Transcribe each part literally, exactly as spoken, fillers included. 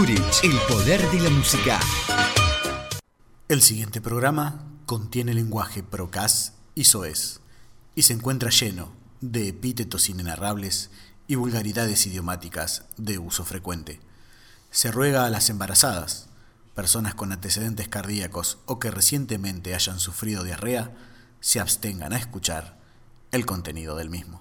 Zurich, el poder de la música. El siguiente programa contiene lenguaje procaz y soez y se encuentra lleno de epítetos inenarrables y vulgaridades idiomáticas de uso frecuente. Se ruega a las embarazadas, personas con antecedentes cardíacos o que recientemente hayan sufrido diarrea, se abstengan a escuchar el contenido del mismo.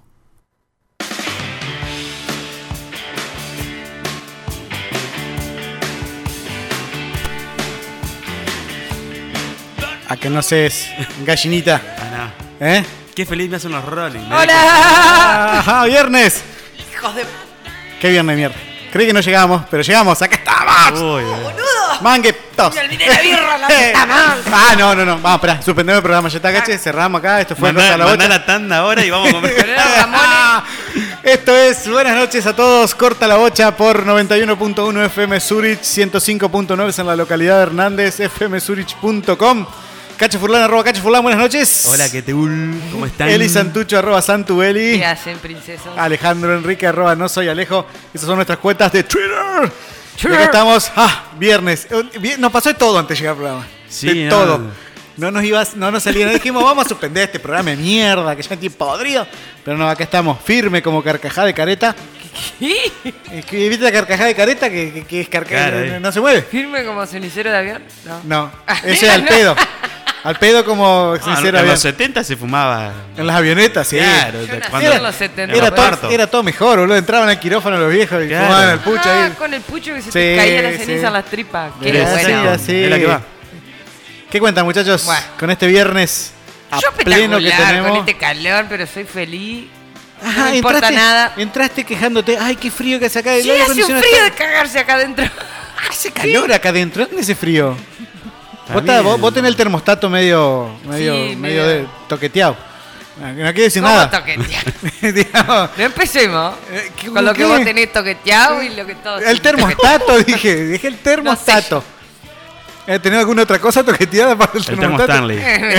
A que no seas gallinita. Ah, no. ¿Eh? Qué feliz me hacen los Rolling. ¡Hola! ¡Ajá, viernes! ¡Hijos de... ¿Qué viernes, mierda? Creí que no llegábamos, pero llegamos. ¡Acá estamos! Uy, ¡Boludo! ¡Manguetos! Me olvidé la birra, la puta madre. Ah, no, no, no. Vamos, esperá. Suspendemos el programa. Ya está, caché. Cerramos acá. Esto fue mandá, Corta la mandá Bocha. la tanda ahora y vamos a comer. Pero era Ramones. Esto es Buenas noches a todos. Corta la Bocha por noventa y uno punto uno F M Zurich, ciento cinco punto nueve en la localidad de Hernández, f m zurich punto com. Cacho Furlan, arroba Cacho Furlan, buenas noches. Hola, ¿qué teul? ¿Cómo están? Eli Santucho, arroba Santubeli. ¿Qué hacen, princesos? Alejandro Enrique, arroba No Soy Alejo. Esas son nuestras cuentas de Twitter. Twitter. Y acá estamos, ah, viernes. Nos pasó de todo antes de llegar al programa. Sí, de no. todo. No nos ibas, no nos salía. Dijimos, vamos a suspender este programa de mierda, que ya tiene podrido. Pero no, acá estamos, firme como carcajada de careta. ¿Qué? Es que, ¿viste la carcajada de careta? Que, que, que es carcajada, Claro, no, eh. no se mueve. ¿Firme como cenicero de avión? No. No, ese es al pedo. Al pedo como Ah, sincero en avión. los setenta se fumaba. En las avionetas, sí. Claro, Yo nací cuando- en los setenta. Era en todo, parto. era todo mejor, boludo. Entraban al quirófano los viejos y Claro. fumaban el pucho Ah, ahí. con el pucho que se Sí, te caía la sí. ceniza en las tripas. Qué Era así, bueno. así. Es la que va. ¿Qué cuentan, muchachos? Bueno. Con este viernes a Yo pleno que espectacular tenemos. con este calor, pero soy feliz. Ajá, no me importa entraste, nada. Entraste quejándote. Ay, qué frío que hace acá. El Sí, aire hace un acondicionado frío de está- cagarse acá adentro. Hace calor acá adentro. ¿Dónde hace frío? Está Vos, está- bien. vos, vos tenés el termostato medio, medio, Sí, medio, medio. de toqueteado. No, no quiere decir ¿Cómo nada. toquetear? Digamos, No empecemos eh, ¿qué- con lo que qué? vos tenés toqueteado y lo que todos... El termostato, dije. Dije el termostato. Eh, ¿Tenés alguna otra cosa toqueteada para el, El termo termostato? Stanley.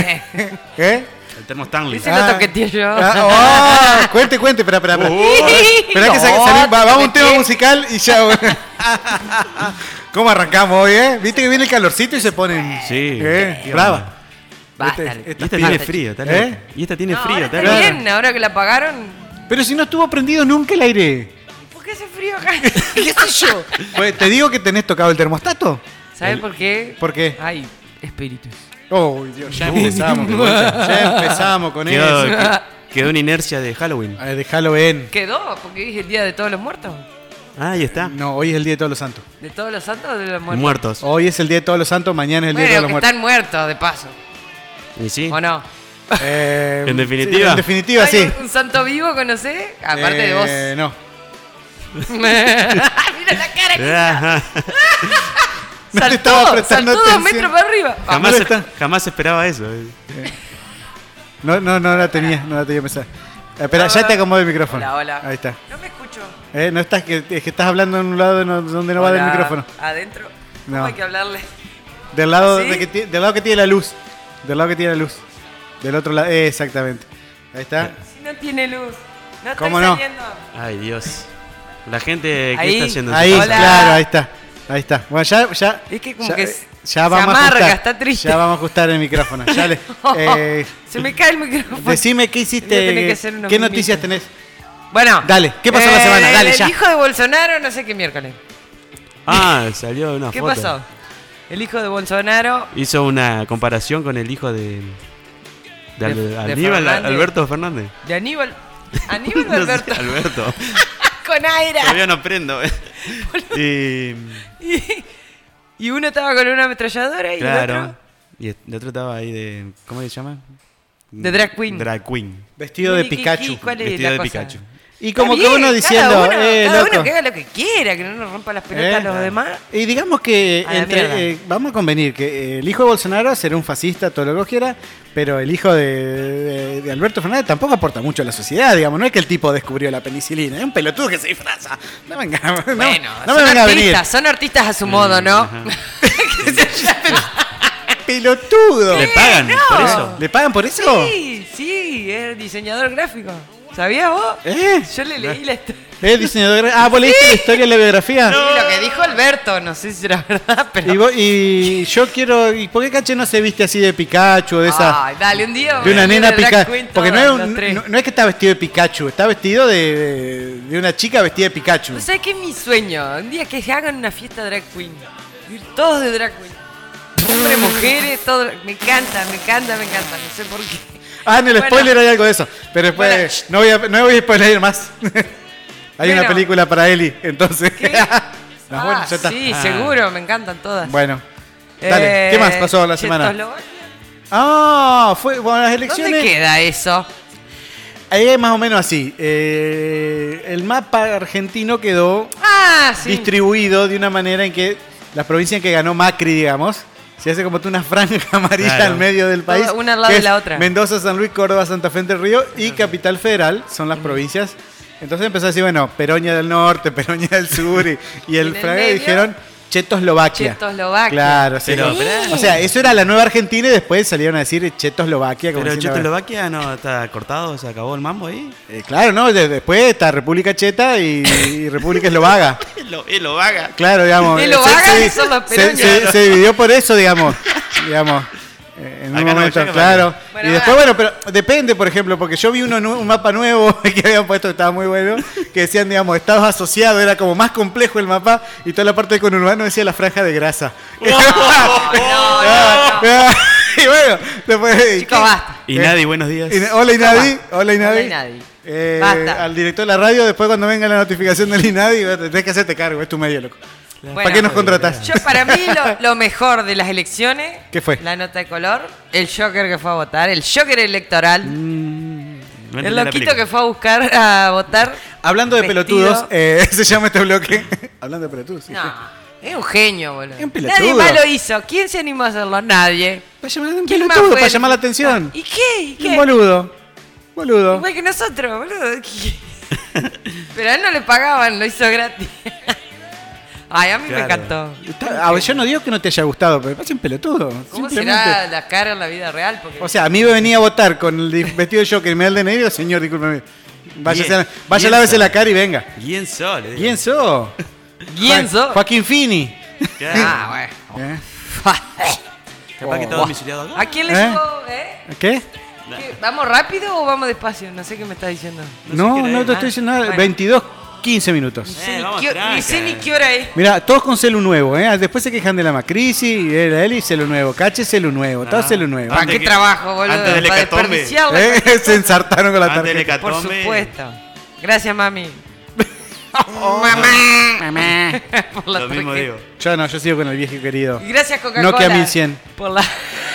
¿Eh? El termo Stanley. Ese lo toqueteé yo. Ah, oh, cuente, cuente, espera, espera, espera. Uh, Esperá que sa- No, salí- va- te vamos a un tema toqueteé. musical y ya. ¿Cómo arrancamos hoy, eh? ¿Viste que viene el calorcito y se ponen. Sí. ¿Eh? ¿Qué Brava. onda? Basta. Este- Y este- esta Basta, tiene chico. frío, está ¿Eh? loca. Y esta tiene No, frío, ahora está está loca. bien, ahora que la apagaron. Pero si no estuvo prendido nunca el aire. ¿Por qué hace frío acá? ¿Qué sé yo? Pues, te digo que tenés tocado el termostato. ¿Sabes por qué? ¿Por qué? Ay, espíritus. Oh, Dios, ya empezamos. con Bocha. Ya empezamos con Quedó, eso. que- quedó una inercia de Halloween. Eh, de Halloween. ¿Quedó? Porque hoy es el día de todos los muertos. Ah, ahí está. No, hoy es el día de todos los santos. ¿De todos los santos o de los muertos? Muertos. Hoy es el día de todos los santos, mañana es el día de Bueno, todos que los muertos. están muertos, de paso. ¿Y sí? ¿O no? Eh, ¿En definitiva? sí, en definitiva, ¿Hay sí. un, un santo vivo, conocés? Aparte de vos. Eh, No. Mira la cara que Ajá. No te saltó, estaba prestando saltó dos atención. metros para arriba. Jamás, no se- está. jamás esperaba eso. No, no, no la tenía, no la tenía pensada. Eh, Espera, ya te acomodo el micrófono. Hola, hola. Ahí está. No me escucho. Eh, no estás, que, es que estás hablando en un lado no- donde no va Hola. del micrófono. ¿Adentro? ¿Cómo No. hay que hablarle? Del lado, ¿Sí? de que, ti- del lado que tiene la luz. Del lado que tiene la luz. Del otro lado, eh, exactamente. Ahí está. Si no tiene luz. No estoy ¿Cómo no? saliendo. Ay, Dios. La gente, ¿qué Ahí. está haciendo? en Ahí, su Hola. casa? claro, ahí está. Ahí está. Bueno, ya, ya. Es que como ya, que eh, se- ya se vamos a amarga, ajustar. está triste. Ya vamos a ajustar el micrófono. Ya le, eh, Se me cae el micrófono. decime qué Voy a hiciste. tener que hacer unos ¿Qué noticias mimitos. tenés? Bueno. Dale, ¿qué pasó en la semana? Dale, el ya. hijo de Bolsonaro, no sé qué miércoles. Ah, salió una ¿Qué foto. pasó? El hijo de Bolsonaro. Hizo una comparación con el hijo de. De, Al- De- de Aníbal Fernández. Alberto Fernández. De Aníbal. Aníbal o No sé, Alberto. Alberto. Con aire. Todavía no prendo. eh. y, Y, y uno estaba con una ametralladora y el claro. otro. Y el otro estaba ahí de. ¿Cómo se llama? De drag queen. Drag queen. Vestido de ¿Y qué- Pikachu. qué- ¿Cuál es Vestido la de cosa? Pikachu. Y como Está que bien, uno diciendo, cada uno, eh, cada loco. uno que haga lo que quiera, que no nos rompa las pelotas Eh, a los demás. Y digamos que A la entre, mierda. eh, vamos a convenir que eh, el hijo de Bolsonaro será un fascista, todo lo que vos quieras, pero el hijo de, de- de Alberto Fernández tampoco aporta mucho a la sociedad, digamos. No es que el tipo descubrió la penicilina, es un pelotudo que se disfraza. No venga, no, Bueno, no son me venga a venir. artistas, son artistas a su modo, ¿no? Ajá. Pelotudo. ¿Le pagan no. por eso? ¿Le pagan por eso? Sí, sí, es diseñador gráfico. ¿Sabías vos? ¿Eh? Yo le leí la historia. ¿Es diseñador? Ah, ¿vos leíste la historia de la biografía? Sí, lo que dijo Alberto, no sé si será verdad, pero... Y, vos- y yo quiero... ¿Y por qué Cache no se viste así de Pikachu o de esa... Ay, dale, un día... de una voy a nena hacer drag Pikachu? queen Porque no todas, es, los un- tres. no, no es que está vestido de Pikachu, está vestido de, de, de una chica vestida de Pikachu. ¿No sabes qué es mi sueño? Un día que se hagan una fiesta drag queen. Ir todos de drag queen. Hombres, mujeres, todo. Me encanta, me encanta, me encanta. No sé por qué. Ah, en el Bueno. spoiler hay algo de eso. Pero después Bueno. no, voy a, no voy a spoiler más. Hay una Bueno. película para Eli, entonces. ¿Qué? No, Ah, bueno, ya está. sí, Ah. seguro, me encantan todas. Bueno, dale. Eh, ¿Qué más pasó la semana? Checoslovaquia. Ah, fue bueno, las elecciones. ¿Dónde queda eso? Ahí es más o menos así. Eh, el mapa argentino quedó Ah, sí. distribuido de una manera en que la provincia en que ganó Macri, digamos, se hace como una franja amarilla Claro. al medio del país. Toda una al lado que de es la otra. Mendoza, San Luis, Córdoba, Santa Fe, Entre Río y Capital Federal son las provincias. Entonces empezó a decir, bueno, Peroña del Norte, Peroña del Sur y, y el ¿En el fraga medio? dijeron Chetoslovaquia. Checoslovaquia. Claro, sí. Pero, no. pero- O sea, eso era la nueva Argentina y después salieron a decir Chetoslovaquia. Como Pero diciendo, Checoslovaquia no está cortado, se acabó el mambo ahí. eh, claro, ¿no? De- después está República Cheta y, y República Eslovaga. Lo, él lo haga. Claro, digamos. Eslovaga se- y son los se, peroñas. se- se dividió por eso, digamos. digamos. eh, En un Acá no, momento, acá no. claro. Bueno, y después, va. bueno, pero depende, por ejemplo, porque yo vi uno, nu- un mapa nuevo que habían puesto que estaba muy bueno, que decían, digamos, estados asociados, era como más complejo el mapa, y toda la parte de conurbano decía la franja de grasa. No, no, no. Y bueno, después. Chicos, basta. Y Eh, Nadie, buenos días. Y- Hola Inadi, hola Inadi. Hola, Inadi. Eh, Basta. al director de la radio, después cuando venga la notificación del Inadi, tenés que hacerte cargo, es tu medio, loco. Bueno, ¿Para qué nos contratás? Yo, para mí, lo, lo mejor de las elecciones. ¿Qué fue? La nota de color. El Joker que fue a votar. El Joker electoral. Mm, No entendí el la loquito película. que fue a buscar a votar. Hablando de vestido. pelotudos, eh, se llama este bloque. Hablando de pelotudos, sí. No, es un genio, boludo. Es un pelotudo. Nadie más lo hizo. ¿Quién se animó a hacerlo? Nadie. Para llamar, un ¿Quién más pelotudo, fue para el- llamar la atención. ¿Y qué? ¿Y Un qué? boludo. Boludo. Igual que nosotros, boludo. Pero a él no le pagaban, lo hizo gratis. Ay, a mí me Claro. encantó. Está- ah, yo no digo que no te haya gustado, pero me parece un pelotudo. ¿Cómo simplemente. será la cara en la vida real? Porque O sea, a mí me venía a votar con el di- vestido de Joker y me da el D N I y digo, señor, discúlpeme. Váyase, Bien, vaya, bien lávese sabe. la cara y venga. ¿Quién sos? le digo. ¿Quién sos? ¿quién Jo- sos? Joaquín Fini. Claro. Ah, bueno. ¿Eh? Capaz que está domiciliado acá. ¿A quién le ¿Eh? llegó? ¿Eh? ¿Qué? ¿Qué? ¿Vamos rápido o vamos despacio? No sé qué me está diciendo. No, sé qué no, era, te ¿eh? estoy diciendo nada. Bueno. veintidós, quince minutos. Ni sé, Eh, ni, vamos qué, tranca. ni sé ni qué hora es. Mira, todos con celu nuevo, ¿eh? Después se quejan de la macrisis, y de la Eli, celu nuevo. Cache, celu nuevo. Todo Ah. celu nuevo. ¿Para Antes qué que- trabajo, boludo? antes del Para hecatombe. desperdiciarla. ¿Eh? Se ensartaron con la Antes del tarjeta. Por hecatombe. supuesto. Gracias, mami. Mamá. Mamá. Por la Lo mismo tarjeta. digo. Yo no, yo sigo con el viejo querido. Y gracias, Coca-Cola. Nokia mil cien. Por la...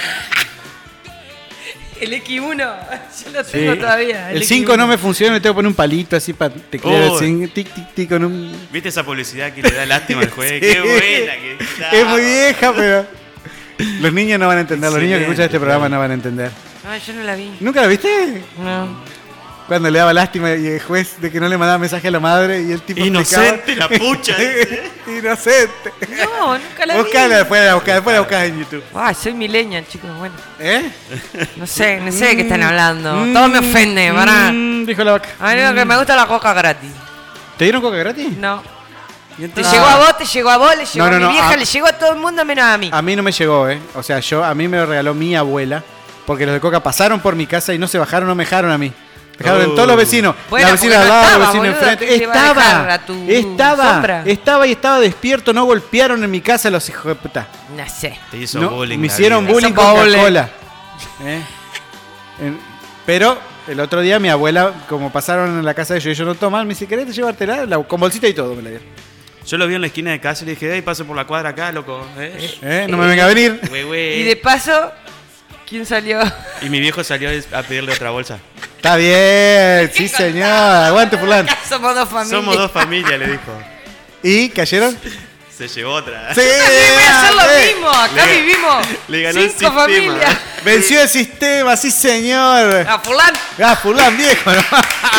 El X uno. Yo lo tengo Sí. todavía. El cinco no me funciona, le tengo que poner un palito así para teclear el Uy. cinco. Tic, tic, tic, con un... ¿Viste esa publicidad que le da lástima al juez? Sí. Qué buena que está. Es muy vieja, pero... Los niños no van a entender, los niños que Excelente, escuchan este programa claro. no van a entender. No, yo no la vi. ¿Nunca la viste? No. Cuando le daba lástima y el juez de que no le mandaba mensaje a la madre y el tipo Inocente, explicaba- la pucha. Inocente. No, nunca la vi. Buscala, después la buscas, después la buscas en YouTube. Ay, soy millennial, chicos. Bueno, ¿Eh? no sé, no sé de qué están hablando. Todo me ofende, pará. Mm, dijo la vaca. A mí lo que me gusta es la coca gratis. ¿Te dieron coca gratis? No. ¿Y Te entonces? llegó a vos, te llegó a vos, le llegó No, no, a mi no, vieja, a- le llegó a todo el mundo menos a mí. A mí no me llegó, ¿eh? O sea, yo a mí me lo regaló mi abuela, porque los de coca pasaron por mi casa y no se bajaron, no me dejaron a mí. Dejaron en Oh. todos los vecinos. Bueno, la vecina porque al no lado, estaba, la vecina boludo, enfrente. ¿qué te va a dejar Estaba, a tu estaba, sombra? estaba y estaba despierto. No golpearon en mi casa los hijos de puta. No sé. Te hizo No, bullying. me la hicieron vida. bullying Hizo con bullying. Coca-Cola. ¿Eh? En- Pero el otro día mi abuela, como pasaron en la casa de ellos y ellos no toman, me dice, ¿querés llevártela? La- con bolsita y todo me la dieron. Yo lo vi en la esquina de casa y le dije, hey, paso por la cuadra acá, loco. ¿Eh? ¿Eh? No me venga a venir. Güey, güey. Y de paso, ¿quién salió? Y mi viejo salió a pedirle otra bolsa. Está bien, sí señor. Aguante, fulano. Somos dos familias. Somos dos familias, le dijo. ¿Y cayeron? Se llevó otra. Sí. Voy a hacer lo eh. mismo. Acá Le- vivimos le ganó el cinco sistema. familias. Venció el sistema, sí señor. A fulano. Ah, fulán viejo, ¿no?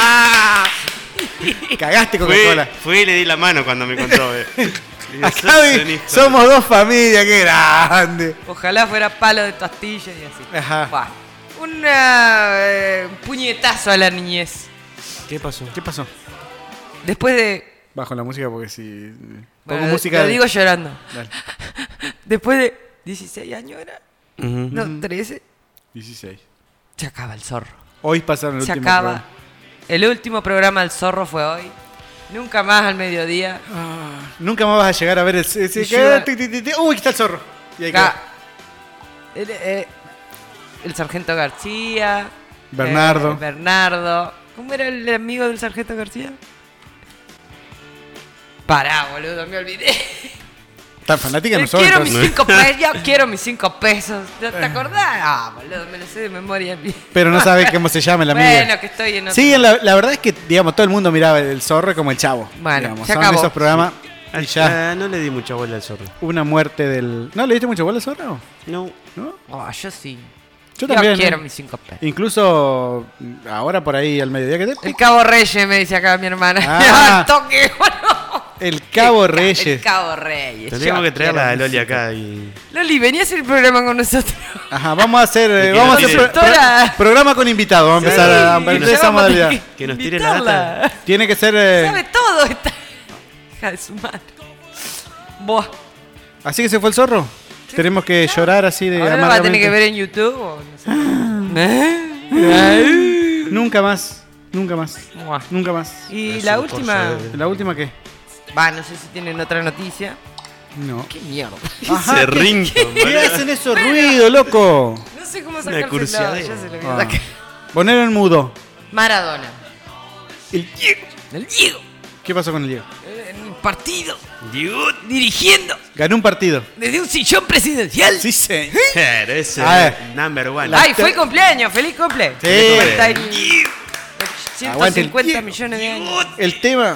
Cagaste Fui, Coca-Cola. fui y le di la mano cuando me contó. eh. Le dije, Acá "Sos vi- un hijo". somos dos familias, qué grande. Ojalá fuera palo de tostillas y así. Ajá. Buah. Una, eh, un puñetazo a la niñez. ¿Qué pasó? ¿Qué pasó? después de... Bajo la música porque si... Pongo Bueno, música lo de- digo llorando. Dale. Después de dieciséis años era, Ujú. no, trece, dieciséis. se acaba el zorro. Hoy pasaron el Se último acaba. programa. El último programa del zorro fue hoy. Nunca más al mediodía. Nunca más vas a llegar a ver el... ese- Y yo- ti, ti, ti, ti. Uy, aquí está el zorro. Y ahí Ga- quedó. el, eh, el sargento García. Bernardo. eh, Bernardo. ¿Cómo era el amigo del sargento García? Pará, boludo, me olvidé. Tan fanática no Eh, sos, quiero mis entonces. cinco pesos. Yo quiero mis cinco pesos. ¿Te te acordás? Ah, boludo, me lo sé de memoria. Pero no sabe cómo se llama la amiga. Bueno, que estoy en otro. Sí, la, la verdad es que, digamos, todo el mundo miraba el zorro como el chavo. Bueno, digamos. se Son acabó. esos programas y ya Ah, no le di mucha bola al zorro. una muerte del... ¿No le diste mucha bola al zorro? No. ¿No? Oh, yo sí. Yo también. quiero ¿eh? mis cinco pesos. Incluso ahora por ahí al mediodía que te... El Cabo Reyes, me dice acá mi hermana. Ah. Al toque, bueno. El Cabo El ca- Reyes. El Cabo Reyes. Tendríamos Yo que traerla quiero a mis Loli cinco- acá y. Loli, venía a hacer el programa con nosotros. Ajá, vamos a hacer, eh, Y que vamos a nos hacer tire- pro- pro- Doctora. programa con invitados. Vamos a empezar Sí, a, a y empezar nos esa vamos a modalidad. tener Que nos tire la invitarla. Tiene que ser... eh, Sabe todo esta hija de su madre. Buah. Así que se fue el zorro. Tenemos que llorar así de Ahora lo va a tener amargamente. que ver en YouTube o no sé. ¿Eh? Nunca más, nunca más, Buah. nunca más. Y Es la un última. corso de- ¿La última qué? Va, no sé si tienen otra noticia. No. ¿Qué mierda? Ajá, Se ¿qué- rinco, ¿Qué hacen esos ruidos, loco? No sé cómo Una sacárselo. cursiadera. Ya se lo voy a Ah. sacar. Ponelo en mudo. Maradona. El Diego. El Diego. ¿Qué pasó con el Diego? En el partido. Dirigiendo. Ganó un partido. Desde un sillón presidencial. Sí, señor. Claro, ese A ver. es number one. Ay, fue el cumpleaños. Feliz cumple. Sí. Noventa y- Aguante el ciento cincuenta Diego. millones de años. El tema.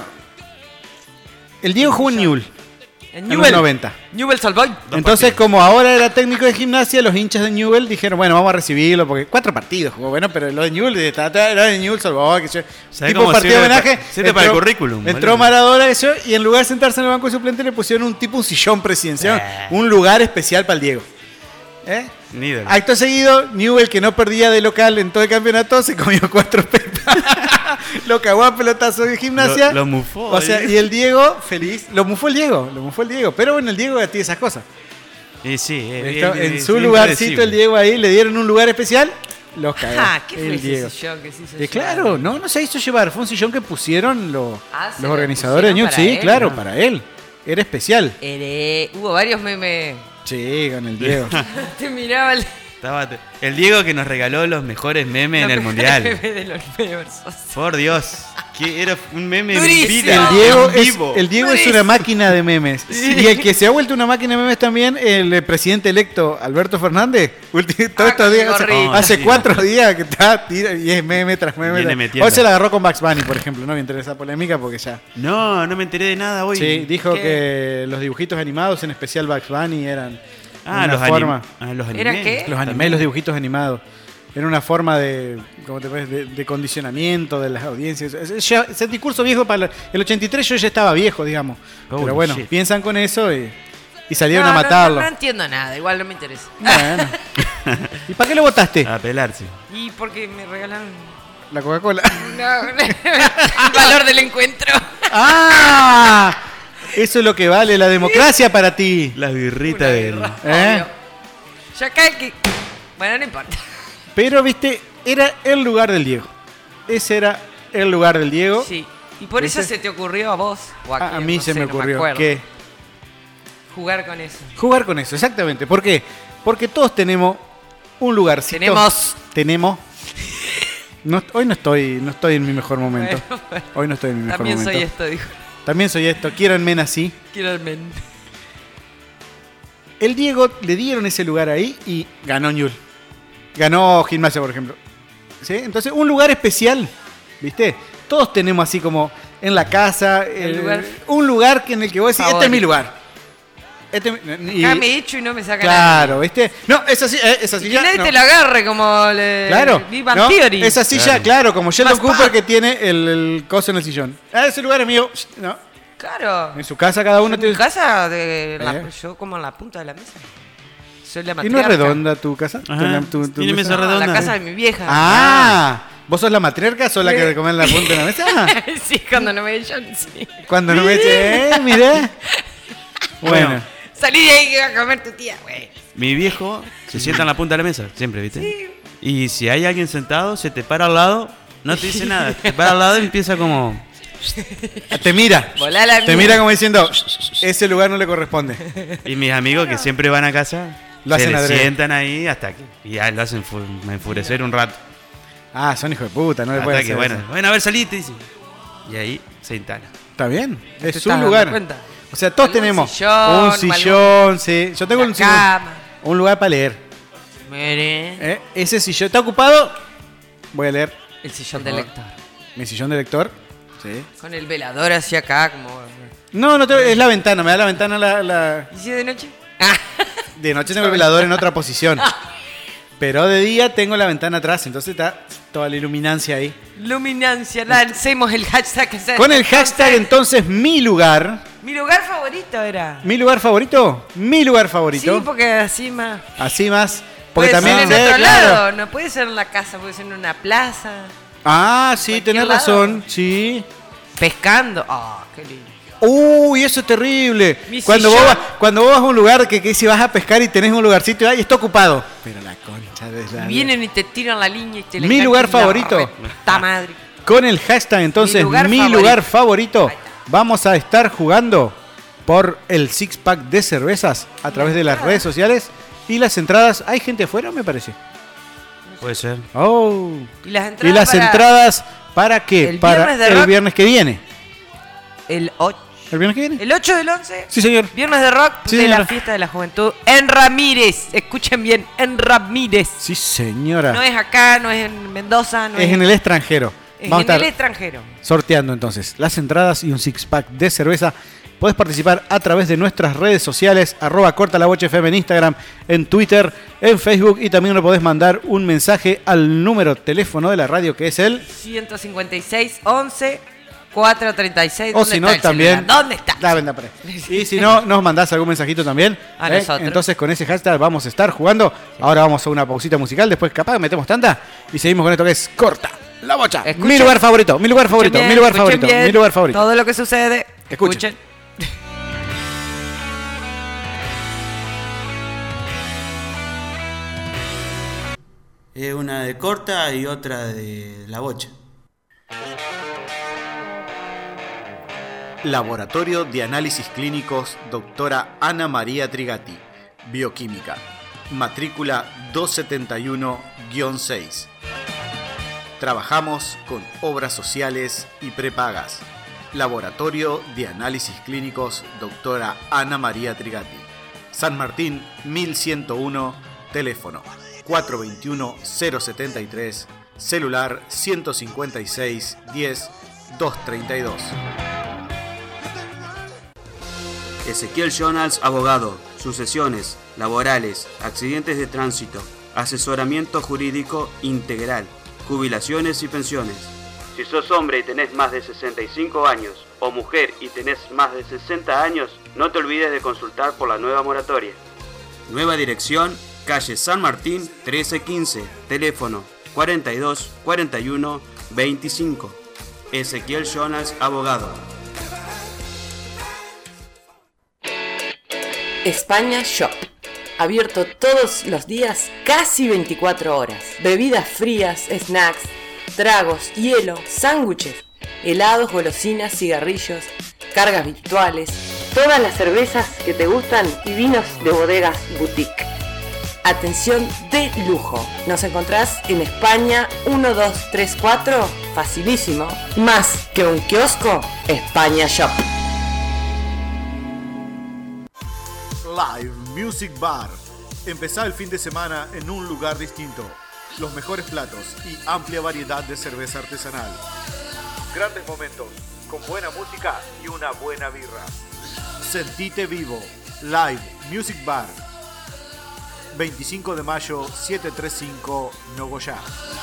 El Diego jugó en Newell. En En los Newell. noventa. Newell Salvay. Dos Entonces, partidos. como ahora era técnico de gimnasia, los hinchas de Newell dijeron, bueno, vamos a recibirlo, porque cuatro partidos jugó, bueno, pero lo de Newell, de- ta- ta- era de Newell, salvó, que yo, ¿Sabés tipo cómo partido de sirve homenaje. pa- sirve para el currículum, Entró boludo? Maradona, que yo, y en lugar de sentarse en el banco de suplente, le pusieron un tipo, un sillón presidencial, Eh. un lugar especial para el Diego. ¿Eh? Neither. Acto seguido, Newell, que no perdía de local en todo el campeonato, se comió cuatro pepas. Lo cagó a pelotazo de gimnasia. Lo- lo mufó, O sea, Diego. y el Diego, feliz. Lo mufó el Diego, lo mufó el Diego. Pero bueno, el Diego tiene esas cosas. Y sí, es Está- bien- en es su bien lugarcito predecible. el Diego ahí, le dieron un lugar especial, los cagó. Ah, ¿qué fue el ese Diego. sillón que se hizo Eh, llevar? claro, no, no se hizo llevar, fue un sillón que pusieron lo- Ah, se los lo organizadores de pusieron Newell. para Sí, él, claro, ¿no? para él. Era especial. Ere- Hubo varios memes. Sí, con el Diego. Te miraba el. Estaba- el Diego que nos regaló los mejores memes en el mundial. meme de los universos. Por Dios, que era un meme de Durísimo. vida. El Diego, en es, vivo. el Diego es Durísimo. una máquina de memes. Y el que se ha vuelto una máquina de memes también, el eh, presidente electo Alberto Fernández. Ulti- Todos Ah, estos con días, el hace, gorrito. hace Sí. cuatro días que está tira, y es meme tras meme. Viene tras- metiendo. Hoy se la agarró con Bugs Bunny, por ejemplo. No me interesa esa polémica porque ya. No, no me enteré de nada hoy. Sí, dijo ¿Qué? que los dibujitos animados, en especial Bugs Bunny, eran Ah, una los, forma. anim- ah, los ¿Era animes. qué? Los animes, los dibujitos animados. Era una forma de, ¿cómo te parece? de, de condicionamiento de las audiencias. Es- es ya- ese discurso viejo para el ochenta y tres yo ya estaba viejo, digamos. Holy Pero bueno, shit. piensan con eso y, y salieron No, a no, matarlo. No, no entiendo nada, igual no me interesa. Bueno. ¿Y para qué lo votaste? A pelarse. Y porque me regalaron. La Coca-Cola. No, el valor del encuentro. ¡Ah! Eso es lo que vale la democracia para ti. Las birritas del. ¿Eh? Obvio. Ya cae que. Bueno, no importa. Pero, viste, era el lugar del Diego. Ese era el lugar del Diego. Sí. Y por eso ¿Viste? se te ocurrió a vos. O a, A, a quién, mí no se sé, me no ocurrió acuerdo. que Jugar con eso. jugar con eso, exactamente. ¿Por qué? Porque todos tenemos un lugarcito. Tenemos. Tenemos. No, hoy no estoy, no estoy en mi mejor momento. Bueno, bueno. Hoy no estoy en mi mejor También momento. soy esto, dijo. También soy esto. Quiero en men así. Quiero el men. El Diego le dieron ese lugar ahí y ganó Newell. Ganó Gimnasia, por ejemplo. ¿Sí? Entonces, un lugar especial, ¿viste? Todos tenemos así como en la casa, el- lugar un lugar que en el que vos decís, este es favorito. mi lugar. Este es mi- y- Acá me echo y no me sacan claro, ¿viste? No, esa sí, eh, esa Y que silla. nadie no. te la agarre como le. Claro. Big Bang ¿no? Theory. Esa silla, Claro. claro, como Sheldon Más Cooper pa- que tiene el, el coso en el sillón. Ah, ese lugar es mío. No. Claro. En su casa cada uno En tiene. mi casa, de la- Eh. yo como en la punta de la mesa. Soy la ¿Y no es matriarca. redonda tu casa? Ajá. Tu- tu- tu Tiene mesa No, redonda. la casa de mi vieja. Ah, ¿Vos sos la matriarca o sos la que come en la punta de la mesa? Sí, cuando no me echan, sí. Cuando no me eche, eh, mirá. Bueno. Salí de ahí que va a comer tu tía, güey. Mi viejo se sienta en la punta de la mesa, siempre, ¿viste? Sí. Y si hay alguien sentado, se te para al lado, no te dice nada. Te para al lado y empieza como... Te mira. Volá la te mía. mira como diciendo, ese lugar no le corresponde. Y mis amigos que siempre van a casa, Lo se hacen le adrede. sientan ahí hasta que... Y ya lo hacen fu- enfurecer un rato. Ah, son hijos de puta, no le Hasta pueden que, hacer bueno, eso. bueno, a ver, salí, te dicen. Y ahí se instala. Está bien, ¿Te es estás su dando lugar. cuenta? O sea, todos Algún tenemos sillón, un sillón, sí. Yo tengo La un sillón, cama. un lugar para leer. Mire. ¿eh? Ese sillón está ocupado, voy a leer. El sillón del lector. Mi sillón de lector. Sí. Con el velador hacia acá, como... No, no, te- es la ventana, me da la ventana la, la... ¿Y si de noche? Ah. De noche tengo el velador en otra posición. Pero de día tengo la ventana atrás, entonces está toda la iluminancia ahí. Luminancia, lancemos el hashtag. que se- Con el hashtag entonces mi lugar. Mi lugar favorito era. ¿Mi lugar favorito? Mi lugar favorito. Sí, porque así más... Así más. Porque Puede también ser en eh, otro claro. lado, no puede ser en la casa, puede ser en una plaza, Ah, sí, Cualquier tenés lado. razón. Sí. pescando. Ah, qué lindo. Uy, eso es terrible. Mi Cuando vos, sillón. vas, cuando vos vas a un lugar que, que si vas a pescar y tenés un lugarcito y está ocupado. Pero la concha de la... Vienen y te tiran la línea y te le Mi enganchan lugar la favorito. reta madre. Con el hashtag entonces Mi lugar mi favorito. lugar favorito, Ahí está. vamos a estar jugando por el six pack de cervezas a través de las redes sociales y las entradas. ¿Hay gente afuera, me parece? Puede ser. Oh. Y las Y entradas las para entradas para qué? el Para viernes de el rock. viernes que viene. el ocho. ¿El viernes que viene? El ocho del once. Sí, señor. Viernes de rock Sí, de señora. la fiesta de la juventud en Ramírez. Escuchen bien, en Ramírez. Sí, señora. No es acá, no es en Mendoza, no es, es en el extranjero. es Vamos en a el estar extranjero. sorteando entonces las entradas y un six pack de cerveza. Podés participar a través de nuestras redes sociales, arroba corta la bocha F M en Instagram, en Twitter, en Facebook, y también le podés mandar un mensaje al número teléfono de la radio que es el... ciento cincuenta y seis, once, cuatrocientos treinta y seis. O ¿Dónde si no, está el también... celular? ¿Dónde está? La venda por ahí. Y si no, nos mandás algún mensajito también. A ¿eh? nosotros. Entonces con ese hashtag vamos a estar jugando. Ahora vamos a una pausita musical, después capaz metemos tanta y seguimos con esto que es Corta la Bocha. Escuchen- Mi lugar favorito, mi lugar favorito, Escuchen mi lugar bien, favorito, escuchen bien mi lugar favorito. Todo lo que sucede. Escuchen. Escuchen. Es una de corta y otra de la bocha. Laboratorio de Análisis Clínicos Doctora Ana María Trigati, Bioquímica, matrícula doscientos setenta y uno guión seis. Trabajamos con obras sociales y prepagas. Laboratorio de Análisis Clínicos Doctora Ana María Trigati, San Martín mil ciento uno, teléfono cuatro veintiuno cero setenta y tres, celular ciento cincuenta y seis diez doscientos treinta y dos. Ezequiel Jonas, abogado, sucesiones, laborales, accidentes de tránsito, asesoramiento jurídico integral, jubilaciones y pensiones. Si sos hombre y tenés más de sesenta y cinco años, o mujer y tenés más de sesenta años, no te olvides de consultar por la nueva moratoria. Nueva dirección, calle San Martín trece quince, teléfono cuarenta y dos cuarenta y uno veinticinco. Ezequiel Jonas, abogado. España Shop. Abierto todos los días, casi veinticuatro horas. Bebidas frías, snacks, tragos, hielo, sándwiches, helados, golosinas, cigarrillos, cargas virtuales, todas las cervezas que te gustan y vinos de bodegas boutique. Atención de lujo. Nos encontrás en España uno dos tres cuatro, facilísimo. Más que un kiosco, España Shop. Live Music Bar. Empezá el fin de semana en un lugar distinto. Los mejores platos y amplia variedad de cerveza artesanal. Grandes momentos, con buena música y una buena birra. Sentite vivo. Live Music Bar. veinticinco de mayo, setecientos treinta y cinco, Nogoyá.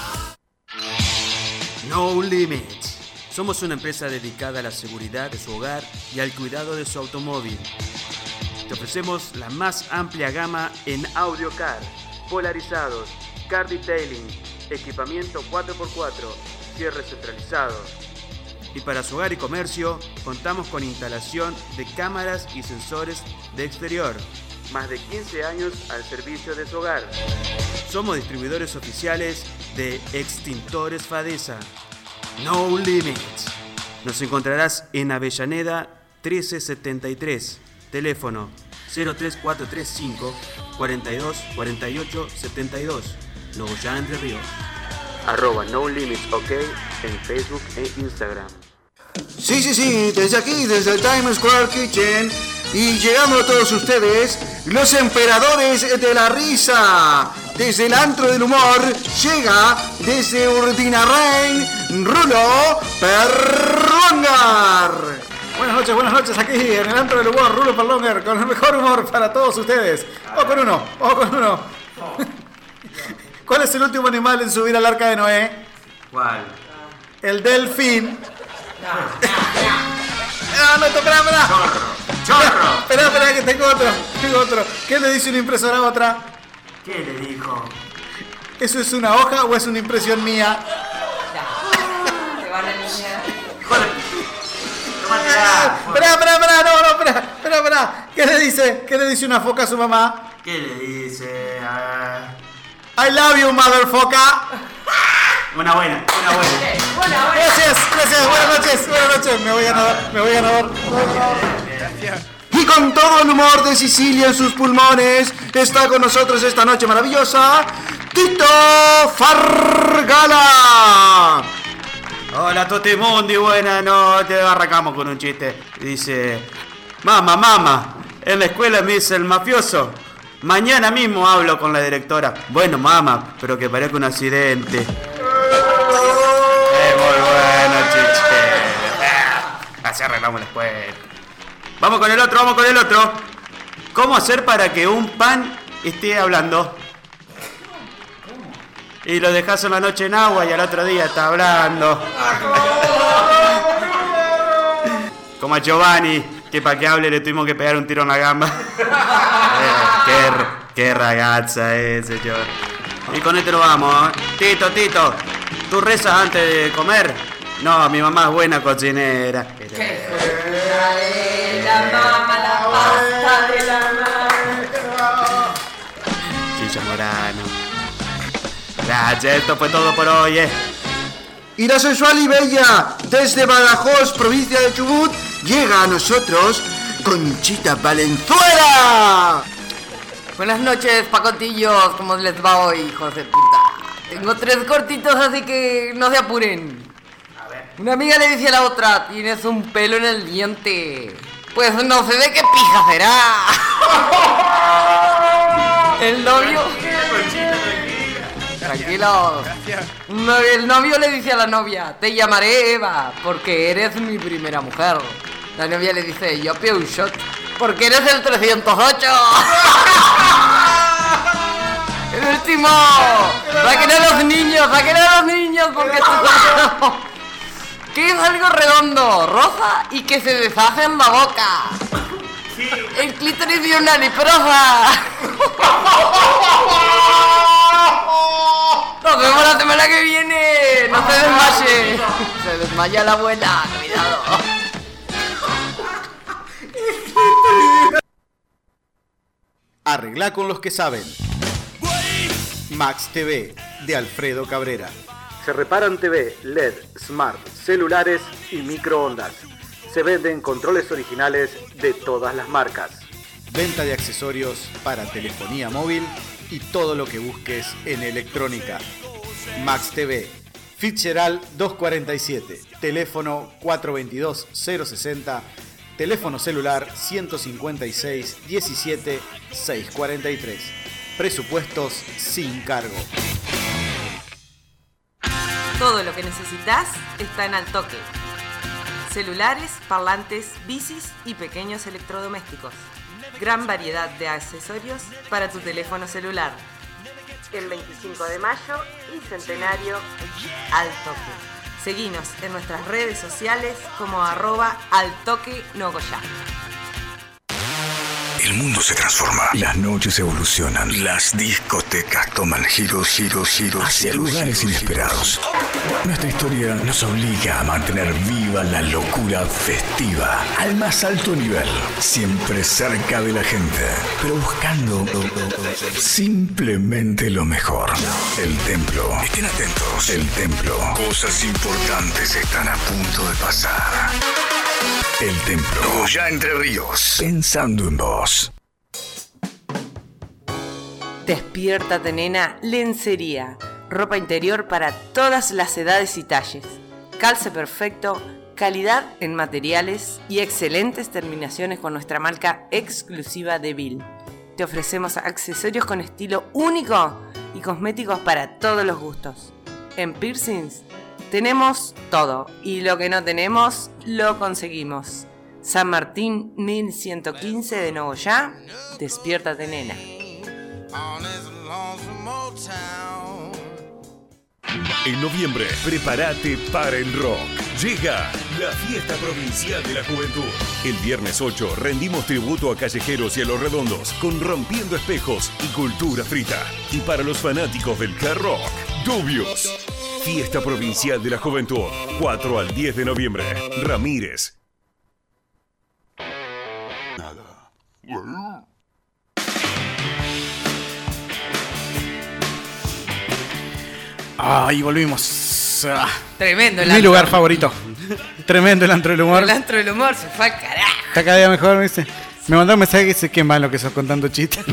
No Limits. Somos una empresa dedicada a la seguridad de su hogar y al cuidado de su automóvil. Te ofrecemos la más amplia gama en audio car, polarizados, car detailing, equipamiento cuatro por cuatro, cierre centralizado. Y para su hogar y comercio, contamos con instalación de cámaras y sensores de exterior. Más de quince años al servicio de su hogar. Somos distribuidores oficiales de Extintores Fadesa. No Limits. Nos encontrarás en Avellaneda trece setenta y tres. Teléfono cero tres cuatro tres cinco, cuarenta y dos, cuarenta y ocho, setenta y dos. Nogoyá, Entre Ríos. Arroba No Limits OK en Facebook e Instagram. Sí, sí, sí, desde aquí, desde el Times Square Kitchen. Y llegando a todos ustedes, los emperadores de la risa. Desde el antro del humor, llega desde Urdinarrain, Rulo Perlongar. Buenas noches, buenas noches, aquí en el antro del humor, Rulo Perlongar, con el mejor humor para todos ustedes. O con uno, o con uno. ¿Cuál es el último animal en subir al arca de Noé? ¿Cuál? El delfín. No, no, espera, espera. ¡Chorro! Espera, espera, que tengo otro, tengo otro. ¿Qué le dice una impresora a otra? ¿Qué le dijo? ¿Eso es una hoja o es una impresión mía? Se va la niña. Ah, espera, espera, espera, no, no, espera, espera, espera. ¿Qué le dice? ¿Qué le dice una foca a su mamá? ¿Qué le dice? Ah, I love you, motherfucker. Una buena, una buena. Gracias, gracias, buenas noches, buenas noches. Me voy a nadar, me voy a nadar. Y con todo el humor de Sicilia en sus pulmones, está con nosotros esta noche maravillosa, Tito Fargala. Hola Totimundi, buena noche. Arrancamos con un chiste. Dice: Mamá, mamá, en la escuela me dice el mafioso. Mañana mismo hablo con la directora. Bueno, mamá, pero que parezca un accidente. Es muy bueno, chiche. Así arreglamos la escuela. Vamos con el otro, vamos con el otro. ¿Cómo hacer para que un pan esté hablando? Y lo dejas en la noche en agua y al otro día está hablando. Como a Giovanni, que para que hable le tuvimos que pegar un tiro en la gamba. eh, qué, qué ragazza es, señor. Y con esto nos vamos, ¿eh? Tito, Tito, ¿tú rezas antes de comer? No, mi mamá es buena cocinera. La mamá, la pasta de la mamá. Chicho Morano. Gracias, esto fue todo por hoy, eh. Y la sensual y bella, desde Badajoz, provincia de Chubut, llega a nosotros Conchita Valenzuela. Buenas noches, pacotillos. ¿Cómo les va hoy, hijos de puta? Tengo tres cortitos, así que no se apuren. Una amiga le dice a la otra: tienes un pelo en el diente. Pues no sé de qué pija será. El novio... Tranquilo. No, el novio le dice a la novia: te llamaré Eva, porque eres mi primera mujer. La novia le dice: yo pego un shot, porque eres el trescientos ocho. El último. Saquen a los niños, saquen a los niños, porque esto ¿qué es algo redondo, rosa y que se deshace en la boca? El clítoris de una leprosa. Nos vemos la semana que viene. No se desmaye. Se desmaya la abuela. Cuidado. Arregla con los que saben. Max T V de Alfredo Cabrera. Se reparan T V, L E D, Smart, celulares y microondas. Se venden controles originales de todas las marcas. Venta de accesorios para telefonía móvil y todo lo que busques en electrónica. Max T V, Fitzgerald doscientos cuarenta y siete, teléfono cuatrocientos veintidós cero sesenta, teléfono celular ciento cincuenta y seis diecisiete seiscientos cuarenta y tres. Presupuestos sin cargo. Todo lo que necesitas está en Altoque. Celulares, parlantes, bicis y pequeños electrodomésticos. Gran variedad de accesorios para tu teléfono celular. El veinticinco de mayo y centenario Altoque. Seguinos en nuestras redes sociales como arroba Altoque Nogoyá. El mundo se transforma, las noches evolucionan, las discotecas toman giros, giros, giros hacia lugares inesperados. Nuestra historia nos obliga a mantener viva la locura festiva al más alto nivel, siempre cerca de la gente, pero buscando simplemente lo mejor. El templo. Estén atentos. El templo. Cosas importantes están a punto de pasar. El templo. Ya Entre Ríos. Pensando en vos. Despiértate, nena, lencería. Ropa interior para todas las edades y talles. Calce perfecto, calidad en materiales y excelentes terminaciones con nuestra marca exclusiva de Bill. Te ofrecemos accesorios con estilo único y cosméticos para todos los gustos. En piercings tenemos todo y lo que no tenemos lo conseguimos. San Martín mil ciento quince de Nogoyá. Despiértate, nena. En noviembre, prepárate para el rock. Llega la Fiesta Provincial de la Juventud. El viernes ocho rendimos tributo a Callejeros y a Los Redondos con Rompiendo Espejos y Cultura Frita. Y para los fanáticos del hard rock, Dubious. Fiesta Provincial de la Juventud, cuatro al diez de noviembre. Ramírez. Nada. Ay, volvimos. Ah, Tremendo el mi antro. lugar favorito. Tremendo el antro del humor. El antro del humor se fue al carajo. Está cada día mejor, ¿viste? Me mandó un mensaje y dice, qué malo que sos contando chistes.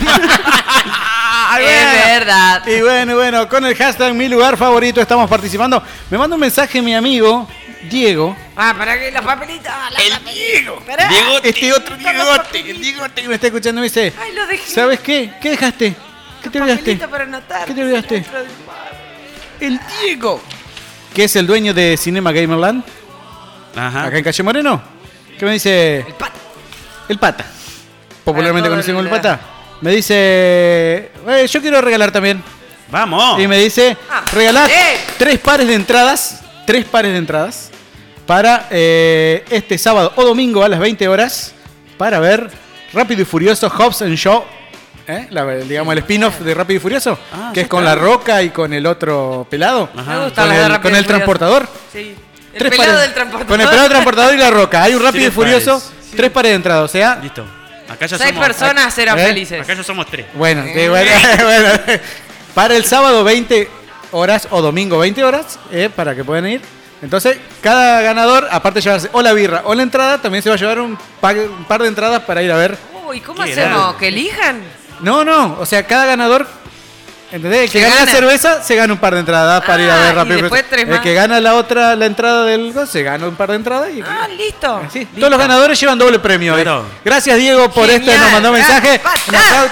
Ay, Es bueno. verdad. Y bueno, bueno, con el hashtag mi lugar favorito estamos participando. Me manda un mensaje mi amigo Diego. Ah, para que los papelitos. El Diego. Pará. Este otro Diegote, el Diegote que me está escuchando me dice, Ay, lo dejé. ¿sabes qué? ¿Qué dejaste? ¿Qué te olvidaste? Papelito para anotar. ¿Qué te olvidaste? El antro del humor. El Diego, que es el dueño de Cinema Gamerland, Ajá. acá en Calle Moreno, que me dice... El pata. El pata, popularmente Para conocido como todo el el- pata, me dice, eh, yo quiero regalar también. ¡Vamos! Y me dice, Ah, regalar ¡eh! tres pares de entradas, tres pares de entradas, para eh, este sábado o domingo a las veinte horas, para ver Rápido y Furioso Hobbs and Shaw, ¿eh? La- digamos el spin-off de Rápido y Furioso, Ah, que ya es con está. La Roca y con el otro pelado, Me Ajá. gustan con las de el, Rápido con y el Furioso. transportador. Sí. El Tres pelado pares- del transportador. Con el pelado del transportador y La Roca. Hay un Rápido y Tres Furioso, pares. tres pares de entradas, o sea... Listo. Acá ya Seis somos. personas serán ¿Eh? felices. Acá ya somos tres. Bueno, sí, bueno, bueno. Para el sábado veinte horas o domingo veinte horas, eh, para que puedan ir. Entonces, cada ganador, aparte de llevarse o la birra o la entrada, también se va a llevar un, pa- un par de entradas para ir a ver. Uy, ¿cómo Qué hacemos? grande. ¿Que elijan? No, no, o sea, cada ganador, ¿entendés? El que Se gana la gana. cerveza se gana un par de entradas para ir a Ah, ver y rápido. después tres El más. que gana la otra, la entrada del gol, se gana un par de entradas y Ah, listo. sí, Listo. todos los ganadores llevan doble premio. eh. Claro. Gracias Diego por Genial. esto, nos mandó mensaje. Pata. Un aplauso.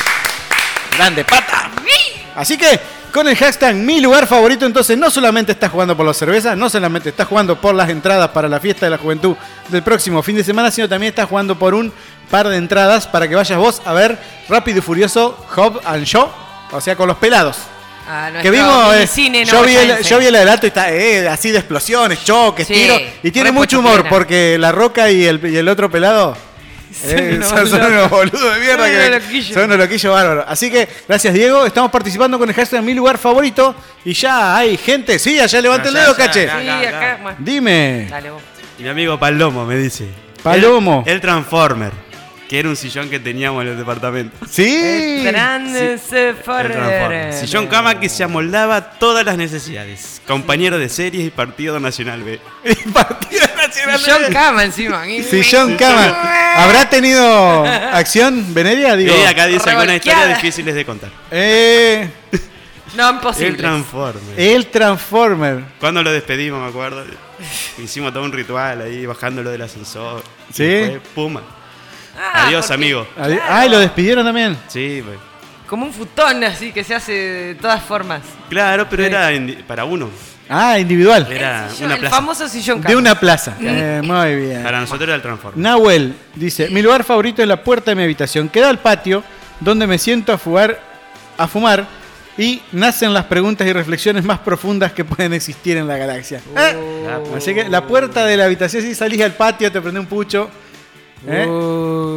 Grande, pata. Así que con el hashtag mi lugar favorito, entonces no solamente estás jugando por las cervezas, no solamente estás jugando por las entradas para la fiesta de la juventud del próximo fin de semana, sino también estás jugando por un par de entradas para que vayas vos a ver Rápido y Furioso Hobbs and Shaw, o sea, con los pelados. Ah, Que nuestro vimos, eh, minicine yo, vi el, novoyense. yo vi el adelanto y está eh, así de explosiones, choques, Sí, tiros, y tiene re mucho humor pochoclera. porque La Roca y el, y el otro pelado eh, unos son, son locos. unos boludos de mierda, Son que- unos loquillos. son unos loquillos bárbaros. Así que gracias Diego, estamos participando con el hashtag mi lugar favorito y ya hay gente, sí, allá levanta el Ya, dedo, ya, caché. ya, Sí, acá, acá. acá. Bueno, Dime, dale vos. Mi amigo Palomo me dice. Palomo. El, el Transformer. Que era un sillón que teníamos en el departamento. sí, Grande se El Transformer. forre. Sillón cama que se amoldaba a todas las necesidades. Compañero de series y partido nacional B. Partido Nacional. Sillón cama encima. Sillón cama. ¿Habrá tenido acción Veneria? Digo, Y acá dice algunas revolteada. historias difíciles de contar. eh, No, imposible. El Transformer. el Transformer. Cuando lo despedimos, me acuerdo. Hicimos todo un ritual ahí, bajándolo del ascensor. ¿Sí? Y después, puma. Ah, Adiós, porque- amigo. Adi- Claro. Ay, lo despidieron también. Sí, pues. Como un futón así que se hace de todas formas. Claro, pero Sí. era indi- para uno. Ah, individual. Era El, sillón- una el plaza. famoso sillón cama. De una plaza. Eh, muy bien. Para nosotros era el Transformer. Nahuel dice, mi lugar favorito es la puerta de mi habitación, que da al patio, donde me siento a fumar, a fumar y nacen las preguntas y reflexiones más profundas que pueden existir en la galaxia. ¿Eh? Uh. Así que la puerta de la habitación, si salís al patio, te prende un pucho. ¿eh? Uh.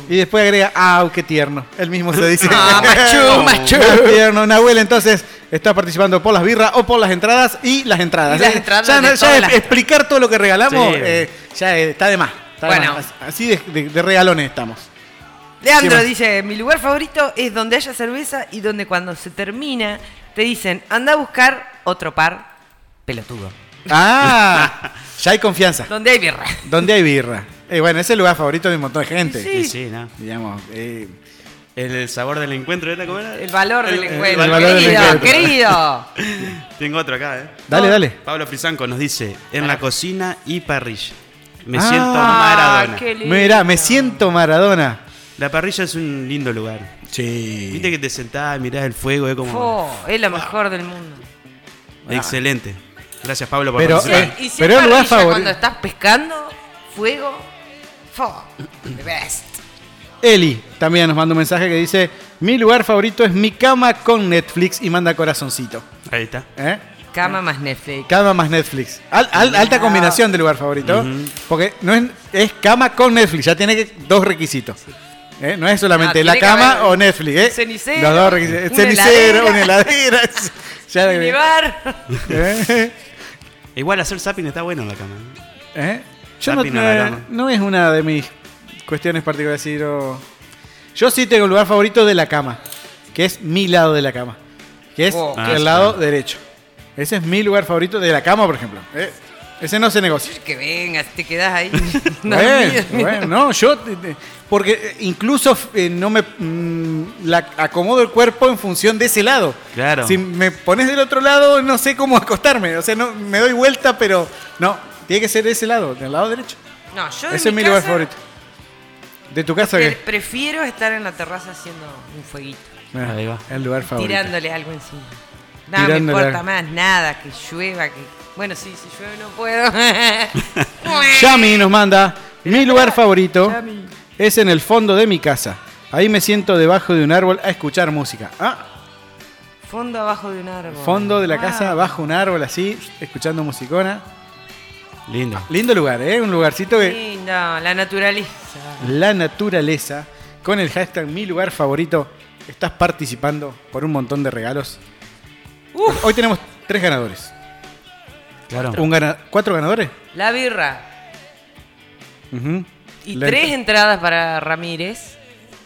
Y después agrega, ¡au, qué tierno! Él mismo se dice. Ah, machu, machu. Qué tierno. Nahuel entonces está participando por las birras o por las entradas y las entradas. Y las ¿eh? entradas ya de ya todas las- explicar todo lo que regalamos Sí. eh, ya eh, está de más. Está de Bueno. más. Así de, de- de regalones estamos. Leandro ¿Qué más? dice, mi lugar favorito es donde haya cerveza y donde cuando se termina te dicen, anda a buscar otro par, pelotudo. Ah, ya hay confianza. Donde hay birra. Donde hay birra. Eh, bueno, ese es el lugar favorito de un montón de gente. Sí. Sí, sí, no. Digamos, eh, El, el sabor del encuentro, ¿era cómo era? El valor del El- encuentro. el valor del querido, encuentro. querido. Tengo otro acá, ¿eh? dale, dale. Pablo Frisanco nos dice, en la cocina y parrilla. Me Ah, siento Maradona. qué lindo. Mirá, me siento Maradona. La parrilla es un lindo lugar. Sí. Viste que te sentás, mirás el fuego, es como... Fo, es lo mejor del mundo. Excelente. Gracias, Pablo, por Pero, participar. eh, Y si pero es el lugar parrilla favorito. cuando estás pescando, fuego, fo, the best. Eli también nos manda un mensaje que dice: mi lugar favorito es mi cama con Netflix y manda corazoncito. Ahí está. ¿Eh? Cama más Netflix. Cama más Netflix. Al- al- alta combinación de lugar favorito. Porque no es, es cama con Netflix, ya tiene que, dos requisitos. ¿Eh? No es solamente No, la tiene que cama haber o Netflix. ¿eh? cenicero, Los dos requisitos. una Cenicero, heladera. una heladera. Ya- Minibar. ¿Eh? Igual hacer zapping está bueno en la cama. ¿Eh? Yo no, Zapping a la cama. no es una de mis cuestiones particulares. sí, no- Yo sí tengo un lugar favorito de la cama, que es mi lado de la cama, que es Oh, Ah, el sí. lado derecho. Ese es mi lugar favorito de la cama, por ejemplo. ¿eh? Ese no se negocia. Que vengas, te quedas ahí. Bueno, dormido. bueno, no, yo, te- te- porque incluso eh, no me mm, la, acomodo el cuerpo en función de ese lado. Claro. Si me pones del otro lado, no sé cómo acostarme. O sea, no, me doy vuelta, pero no, tiene que ser de ese lado, del lado derecho. No, yo de Ese es mi mi lugar casa favorito. ¿De tu casa pre- qué? prefiero estar en la terraza haciendo un fueguito, Ah, Ahí va. El lugar favorito. tirándole algo encima. No me Tirándole importa algo. más nada, que llueva, que... Bueno, sí, si llueve no puedo. Yami nos manda: mi lugar favorito Yami. es en el fondo de mi casa. Ahí me siento debajo de un árbol a escuchar música. Ah, Fondo abajo de un árbol. fondo de la casa, Ah. bajo un árbol así, escuchando musicona. Lindo. Lindo lugar, ¿eh? Un lugarcito que... Lindo, la naturaleza. La naturaleza. Con el hashtag mi lugar favorito estás participando por un montón de regalos. Uf. Hoy tenemos tres ganadores. Claro. Un gana- ¿Cuatro ganadores? La birra. Ujú. Y La- tres entradas para Ramírez.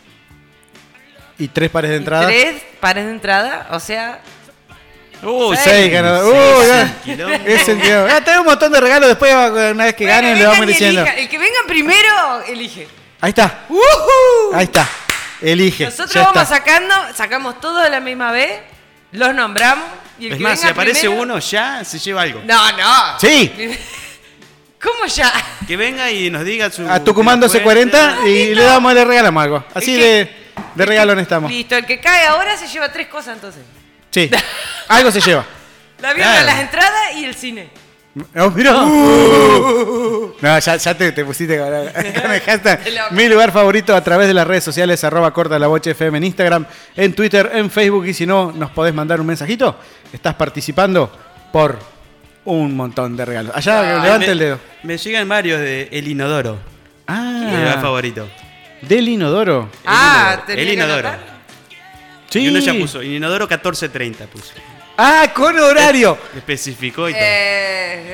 Y tres pares de Y entrada. tres pares de entrada, o sea... Uh, Seis. Seis ganadores. seis, Uy, es ya. un quilombo. Es el que- Ah, tenemos un montón de regalos. Después, una vez que Bueno, ganen, le vamos vengan y diciendo. elijan. El que venga primero, elige. Ahí está. ¡Woohoo! Ahí está. Elige. Nosotros ya vamos está. sacando, sacamos todos de la misma vez, los nombramos y el Es que más, si venga aparece primero- uno, ya se lleva algo. No, no. Sí. ¿Cómo ya? Que venga y nos diga su... A Tucumán que nos doce cuente. cuarenta y le damos, le regalamos algo. Así El de, que- de regalón estamos. Listo, el que cae ahora se lleva tres cosas entonces. Sí. Algo se lleva. La birra, Claro. las entradas y el cine. Oh, mirá. No, ya, ya te, te pusiste con, con el hashtag. Qué loco. Mi lugar favorito a través de las redes sociales, arroba corta la bocha F M en Instagram, en Twitter, en Facebook. Y si no, nos podés mandar un mensajito. Estás participando por un montón de regalos. Allá, Ah, levante me- el dedo. Me llegan varios de El Inodoro. Mi lugar Ah, favorito. del inodoro. Ah, El tenía que Inodoro. anotar. Sí. Y uno ya puso, Inodoro catorce treinta puso. Ah, con horario. Especificó y todo. Eh...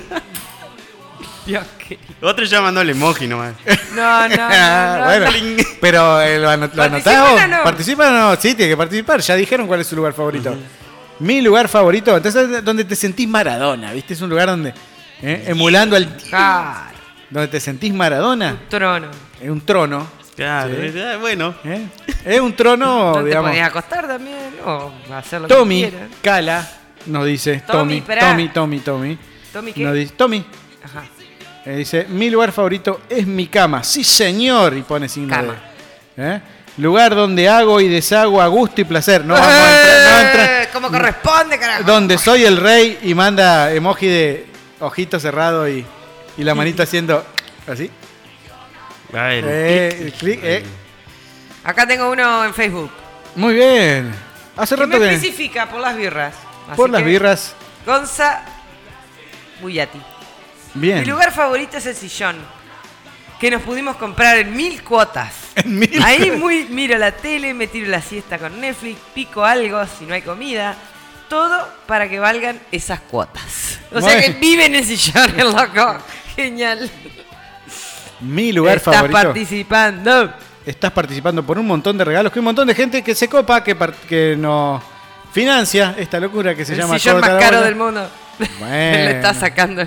Dios querido. Otro ya mandó el emoji nomás. No, no, no, Ah, no, bueno, no. pero eh, lo, anot- lo ¿Participan anotás. o no? ¿Participan o no? Sí, tiene que participar. Ya dijeron cuál es su lugar favorito. Mi lugar favorito, entonces, donde te sentís Maradona, ¿viste? Es un lugar donde, eh, emulando al... Claro, Donde te sentís Maradona, trono. es un trono. Claro, Sí. eh, bueno. ¿eh? Es un trono, ¿No te digamos... podés acostar también? O hacer lo que Tommy quieras. Cala nos dice, Tommy, Tommy, esperá. Tommy, Tommy, Tommy. ¿Tommy qué? Nos dice, Tommy, Ajá. eh, dice, mi lugar favorito es mi cama. Sí, señor. Y pone signo Cama. de... ¿eh? Lugar donde hago y deshago a gusto y placer. No vamos a entrar, no entra- Eh, Como corresponde, carajo. Donde soy el rey y manda emoji de ojito cerrado y, y la manita haciendo así. Ah, el Eh, clic. el clic, eh. Acá tengo uno en Facebook. Muy bien. Hace Que rato me que especifica por las birras. Así por las que, birras. Gonza Bullati. Bien. Mi lugar favorito es el sillón. Que nos pudimos comprar en mil cuotas. Ahí muy miro la tele, me tiro la siesta con Netflix, pico algo si no hay comida. Todo para que valgan esas cuotas. O sea que vive en el sillón, el loco. Genial. Mi lugar Estás favorito. Estás participando. Estás participando por un montón de regalos, que un montón de gente que se copa, que, par- que nos financia esta locura que se el llama sillón Corta más la caro Bola. del mundo. Bueno. Le está sacando.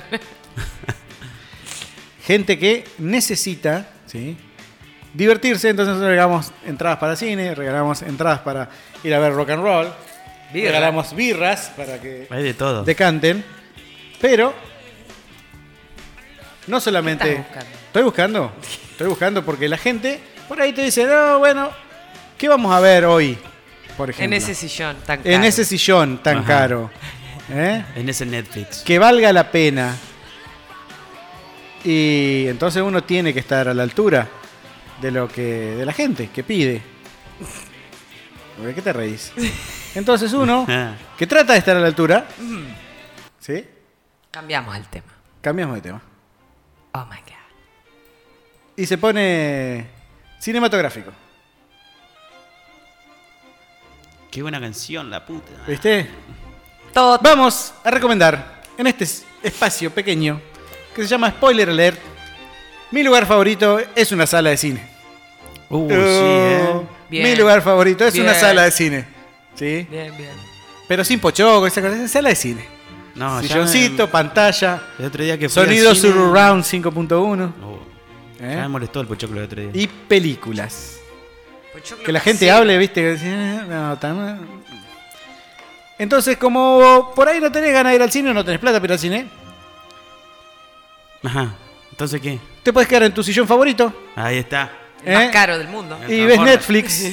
Gente que necesita, ¿sí?, divertirse, entonces nosotros regalamos entradas para cine, regalamos entradas para ir a ver rock and roll, Birra. regalamos birras para que Hay de todo. decanten, pero no solamente... ¿Qué estás buscando? Estoy buscando, estoy buscando porque la gente por ahí te dice, no, bueno, ¿qué vamos a ver hoy? Por ejemplo. En ese sillón tan caro. En ese sillón tan Ajá. caro. ¿Eh? En ese Netflix. Que valga la pena. Y entonces uno tiene que estar a la altura de lo que de la gente que pide. ¿De qué te reís? Entonces uno que trata de estar a la altura, ¿sí? Cambiamos el tema. Cambiamos de tema. Oh my God. Y se pone cinematográfico. Qué buena canción, la puta. ¿Viste? Todo. Vamos a recomendar en este espacio pequeño que se llama Spoiler Alert. Mi lugar favorito es una sala de cine. Uh, sí, eh. Oh, Bien. Mi lugar favorito es una Bien. sala de cine. ¿Sí? Bien, bien. Pero sin pochoco, esa cosa. Es sala de cine. No, ya Silloncito, me- pantalla, El otro día que fui sonido al cine- surround cinco punto uno. Oh, ¿eh? Ya me molestó el pochoclo el otro día. Y películas. Pochoclo Que la gente casero. hable, ¿viste? Que dice, "Eh, no, tan- Entonces, como por ahí no tenés ganas de ir al cine o no tenés plata para ir al cine, Ajá. Entonces, ¿qué? te puedes quedar en tu sillón favorito. Ahí está. El más ¿eh? caro del mundo. Y ves Netflix.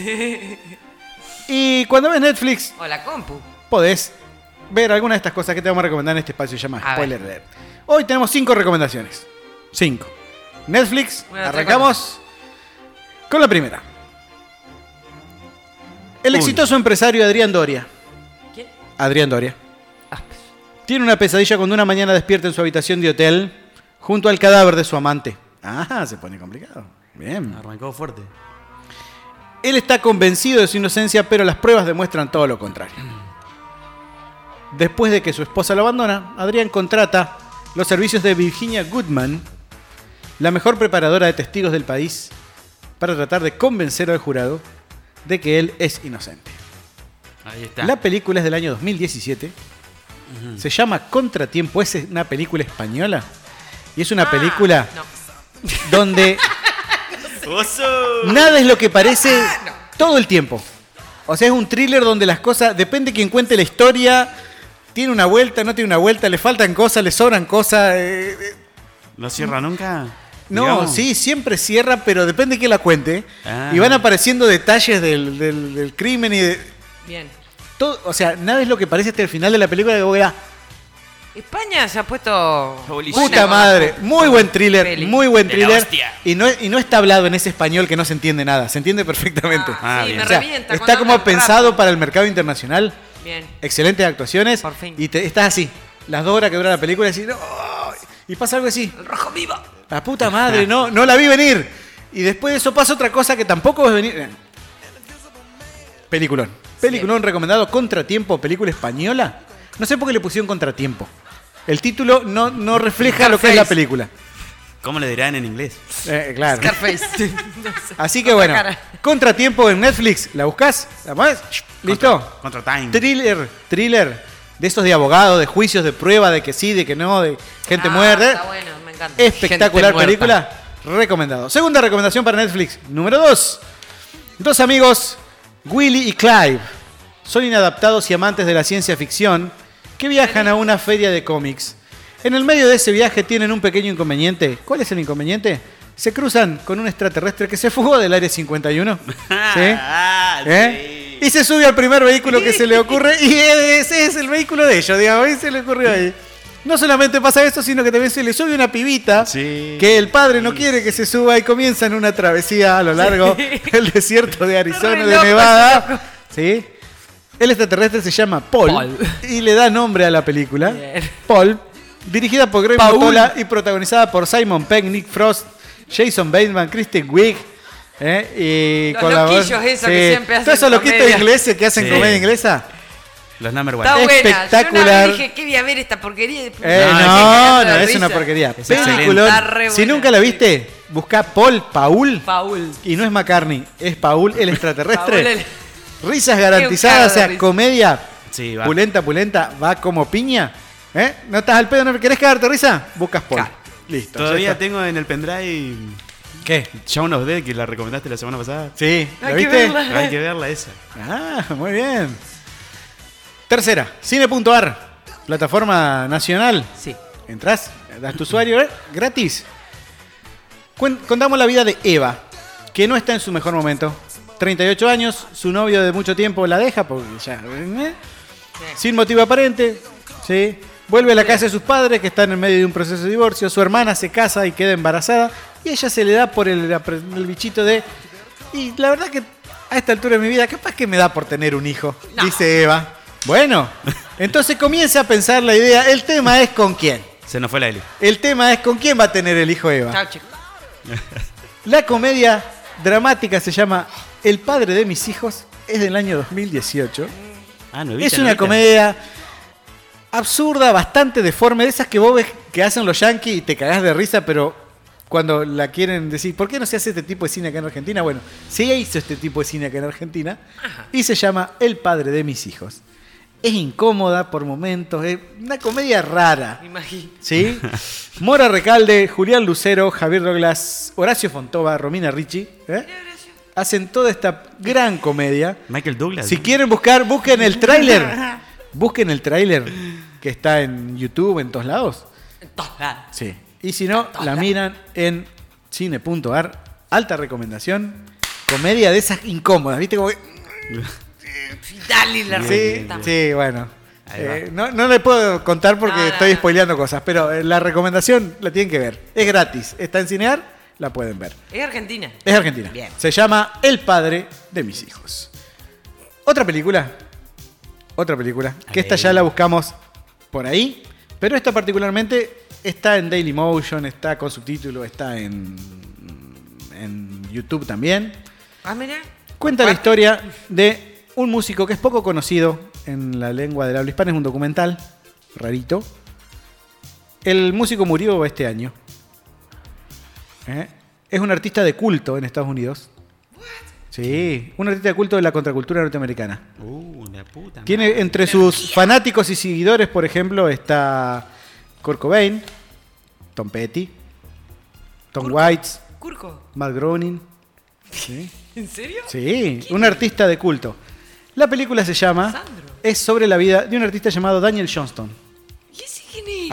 Y cuando ves Netflix, O la compu. podés ver alguna de estas cosas que te vamos a recomendar en este espacio llamado A Spoiler Alert. Hoy tenemos cinco recomendaciones. Cinco. Netflix, Bueno, otra arrancamos con la primera. El Uno. exitoso empresario Adrián Doria. ¿Quién? Adrián Doria. Ah, Tiene una pesadilla cuando una mañana despierta en su habitación de hotel junto al cadáver de su amante. Ah, se pone complicado. Bien. Arrancó fuerte. Él está convencido de su inocencia, pero las pruebas demuestran todo lo contrario. Después de que su esposa lo abandona, Adrián contrata los servicios de Virginia Goodman, la mejor preparadora de testigos del país, para tratar de convencer al jurado de que él es inocente. Ahí está. La película es del año dos mil diecisiete. Se llama Contratiempo. Es una película española. Y es una Ah, película no. donde ¡Oso! nada es lo que parece todo el tiempo. O sea, es un thriller donde las cosas, depende de quien cuente la historia, tiene una vuelta, no tiene una vuelta, le faltan cosas, le sobran cosas. eh, eh, ¿No cierra nunca? no, Digamos. sí, siempre cierra, pero depende de quién la cuente. Ah. Y van apareciendo detalles del, del- del crimen y de Bien. todo. O sea, nada es lo que parece hasta el final de la película que voy a... España se ha puesto. Holy buena Puta con madre, la- muy buen thriller, peli. muy buen De la thriller. hostia. Y no, y no está hablado en ese español que no se entiende nada, se entiende perfectamente. Ah, Ah, sí, bien. me O sea, revienta. está cuando como hablan pensado rápido. para el mercado internacional. Bien. Excelentes actuaciones. Por fin. Y te, estás así, las dos horas que dura la película, y decís, "No", y pasa algo así. El rojo vivo. La puta madre, no, no la vi venir. Y después de eso pasa otra cosa que tampoco ves venir. Eh. Peliculón. Peliculón recomendado, Contratiempo, película española. No sé por qué le pusieron Contratiempo. El título no, no refleja lo que es la Scarface. película. ¿Cómo le dirán en inglés? Eh, claro. Scarface. No sé. Así que bueno, cara. Contratiempo en Netflix. ¿La buscás? ¿La pones? ¿Listo? Contra Time. Thriller, thriller. De esos de abogado, de juicios, de prueba, de que sí, de que no, de gente Ah, muerta. Está bueno, me encanta. Espectacular Gente muerta. película. Recomendado. Segunda recomendación para Netflix. Número dos. Dos amigos, Willy y Clive, son inadaptados y amantes de la ciencia ficción que viajan a una feria de cómics. En el medio de ese viaje tienen un pequeño inconveniente. ¿Cuál es el inconveniente? Se cruzan con un extraterrestre que se fugó del Área cincuenta y uno. ¿Sí? Ah, ¿Eh? Y se sube al primer vehículo que se le ocurre y ese es el vehículo de ellos, digamos, y se le ocurrió ahí. No solamente pasa esto, sino que también se le sube una pibita Sí. que el padre no quiere que se suba y comienzan una travesía a lo largo del desierto de Arizona, Re de loco, Nevada. ¿Sí? El extraterrestre se llama Paul, Paul. y le da nombre a la película. Bien. Paul, dirigida por Greg Paul. Mottola y protagonizada por Simon Pegg, Nick Frost, Jason Bateman, Kristen Wiig, ¿Eh? Y Los con la voz- loquillos esos que siempre hacen todos esos loquitos comedia. ingleses que hacen Sí. comedia inglesa. Los number one. Está buena. Yo una Espectacular. vez dije que voy a ver esta porquería. y después Eh, me no, quedé no, cagando de es risa. una porquería. Es Peliculón. Está re Si buena. nunca la viste, busca Paul, Paul. Paul. Y no es McCartney, es Paul el extraterrestre. Paul el- Risas Qué garantizadas, cagado o sea, de risa. comedia Sí, va. pulenta, pulenta, va como piña. ¿Eh? ¿No estás al pedo? ¿No querés cagarte risa? Buscas Paul. Claro. Listo. ya Todavía está. tengo en el pendrive ¿Qué? Shaun of the Dead, que la recomendaste la semana pasada. Sí, ¿la Hay que viste? verla. Hay que verla esa. Ah, muy bien. Tercera, cine.ar, plataforma nacional. Sí. Entrás, das tu usuario, ¿eh? Gratis. Cuen- Contamos la vida de Eva, que no está en su mejor momento. treinta y ocho años, su novio de mucho tiempo la deja porque ya... ¿eh? Sin motivo aparente, ¿sí? Vuelve a la casa de sus padres que están en medio de un proceso de divorcio. Su hermana se casa y queda embarazada. Y ella se le da por el, el bichito de... Y la verdad que a esta altura de mi vida, capaz que me da por tener un hijo, No. dice Eva. Bueno, entonces comienza a pensar la idea. El tema es con quién. Se nos fue la Eli. El tema es con quién va a tener el hijo Eva. Chao, chicos. La comedia dramática se llama El padre de mis hijos. Es del año dos mil dieciocho. Ah, no Es una comedia absurda, bastante deforme, de esas que vos ves que hacen los yankees y te cagás de risa, pero cuando la quieren decir, ¿por qué no se hace este tipo de cine acá en Argentina? Bueno, se hizo este tipo de cine acá en Argentina y se llama El padre de mis hijos. Es incómoda por momentos, es una comedia rara. Me imagino. ¿Sí? Mora Recalde, Julián Lucero, Javier Douglas, Horacio Fontova, Romina Ricci, ¿eh? hacen toda esta gran comedia. Michael Douglas. Si quieren buscar, busquen el tráiler. Busquen el tráiler que está en YouTube, en todos lados. En todos lados. Sí. Y si no, la miran en cine.ar. Alta recomendación. Comedia de esas incómodas, ¿viste? Como que- Dale la Sí, receta. sí, bueno. Ahí va. Eh, no, no le puedo contar porque No, no, estoy no. spoileando cosas, pero eh, la recomendación la tienen que ver. Es gratis. Está en Cinear, la pueden ver. Es Argentina. Es argentina. Bien. Se llama El padre de mis hijos. Otra película. Otra película. Que esta ya la buscamos por ahí. Pero esta particularmente está en Dailymotion, está con subtítulos, está en, en YouTube también. Ah, mira. Cuenta la historia de un músico que es poco conocido en la lengua del habla hispana. Es un documental rarito. El músico murió este año. ¿Eh? Es un artista de culto en Estados Unidos. Sí, un artista de culto de la contracultura norteamericana. Uh, la puta. Tiene entre sus fanáticos y seguidores, por ejemplo, está Kurt Cobain, Tom Petty, Tom Waits, Curco. Matt Groening. ¿Sí? ¿En serio? Sí, un artista de culto. La película se llama, Sandro. es sobre la vida de un artista llamado Daniel Johnston. ¿Y ese quién es?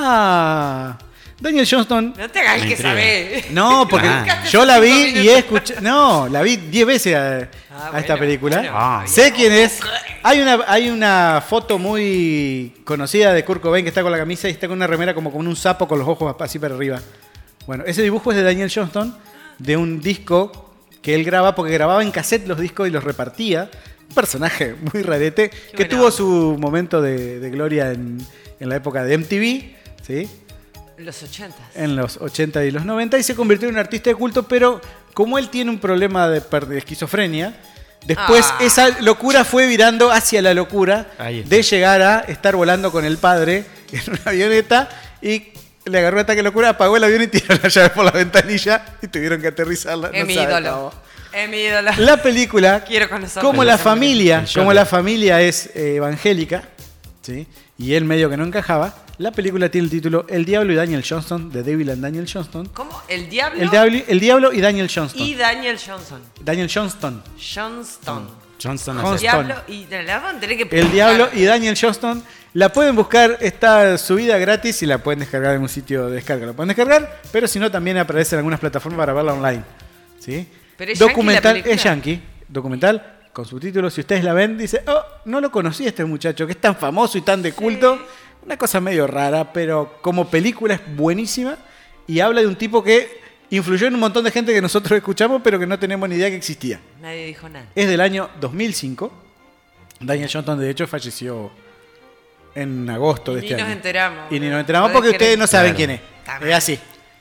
Ah, Daniel Johnston. No te hagas Me que intriga. sabés. No, porque Ah. yo la vi y he escuchado. No, la vi diez veces a, Ah, a esta bueno, película. bueno. Ah. Sé quién es. Hay una, hay una foto muy conocida de Kurt Cobain que está con la camisa y está con una remera como con un sapo con los ojos así para arriba. Bueno, ese dibujo es de Daniel Johnston, de un disco que él graba, porque grababa en cassette los discos y los repartía. Un personaje muy rarete que buena tuvo onda. su momento de, de gloria en, en la época de M T V, ¿sí? Los ochentas. En los ochenta y los noventa y se convirtió en un artista de culto, pero como él tiene un problema de, per- de esquizofrenia, después Ah. esa locura fue virando hacia la locura Ahí está. de llegar a estar volando con el padre en una avioneta y le agarró un ataque de locura, apagó el avión y tiró la llave por la ventanilla y tuvieron que aterrizarla. Es no mi sabe ídolo. cómo. Es mi ídolo. La película, Quiero conocerlo. como la familia, El como Joker. la familia es eh, evangélica, ¿sí? Y él medio que no encajaba, la película tiene el título El Diablo y Daniel Johnston, de Devil and Daniel Johnston. ¿Cómo? ¿El Diablo? El Diablo, el Diablo y Daniel Johnston. Y Daniel Johnson. Daniel Johnston. Johnston. Johnston. Johnston. Diablo y... La van a tener que El Diablo buscar. y Daniel Johnston. La pueden buscar, está subida gratis y la pueden descargar en un sitio de descarga. La pueden descargar, pero si no también aparece en algunas plataformas para verla online. ¿Sí? Pero es yankee documental, la película. es yankee. Documental con subtítulos. Si ustedes la ven, dice, oh, no lo conocí a este muchacho que es tan famoso y tan de culto. Una cosa medio rara, pero como película es buenísima y habla de un tipo que influyó en un montón de gente que nosotros escuchamos, pero que no tenemos ni idea que existía. Nadie dijo nada. Es del año dos mil cinco. Daniel Johnston, de hecho, falleció en agosto de Y este ni año. nos enteramos. Y ni nos enteramos Podés porque ustedes creer. no saben Claro. quién es. Está Es mal. así.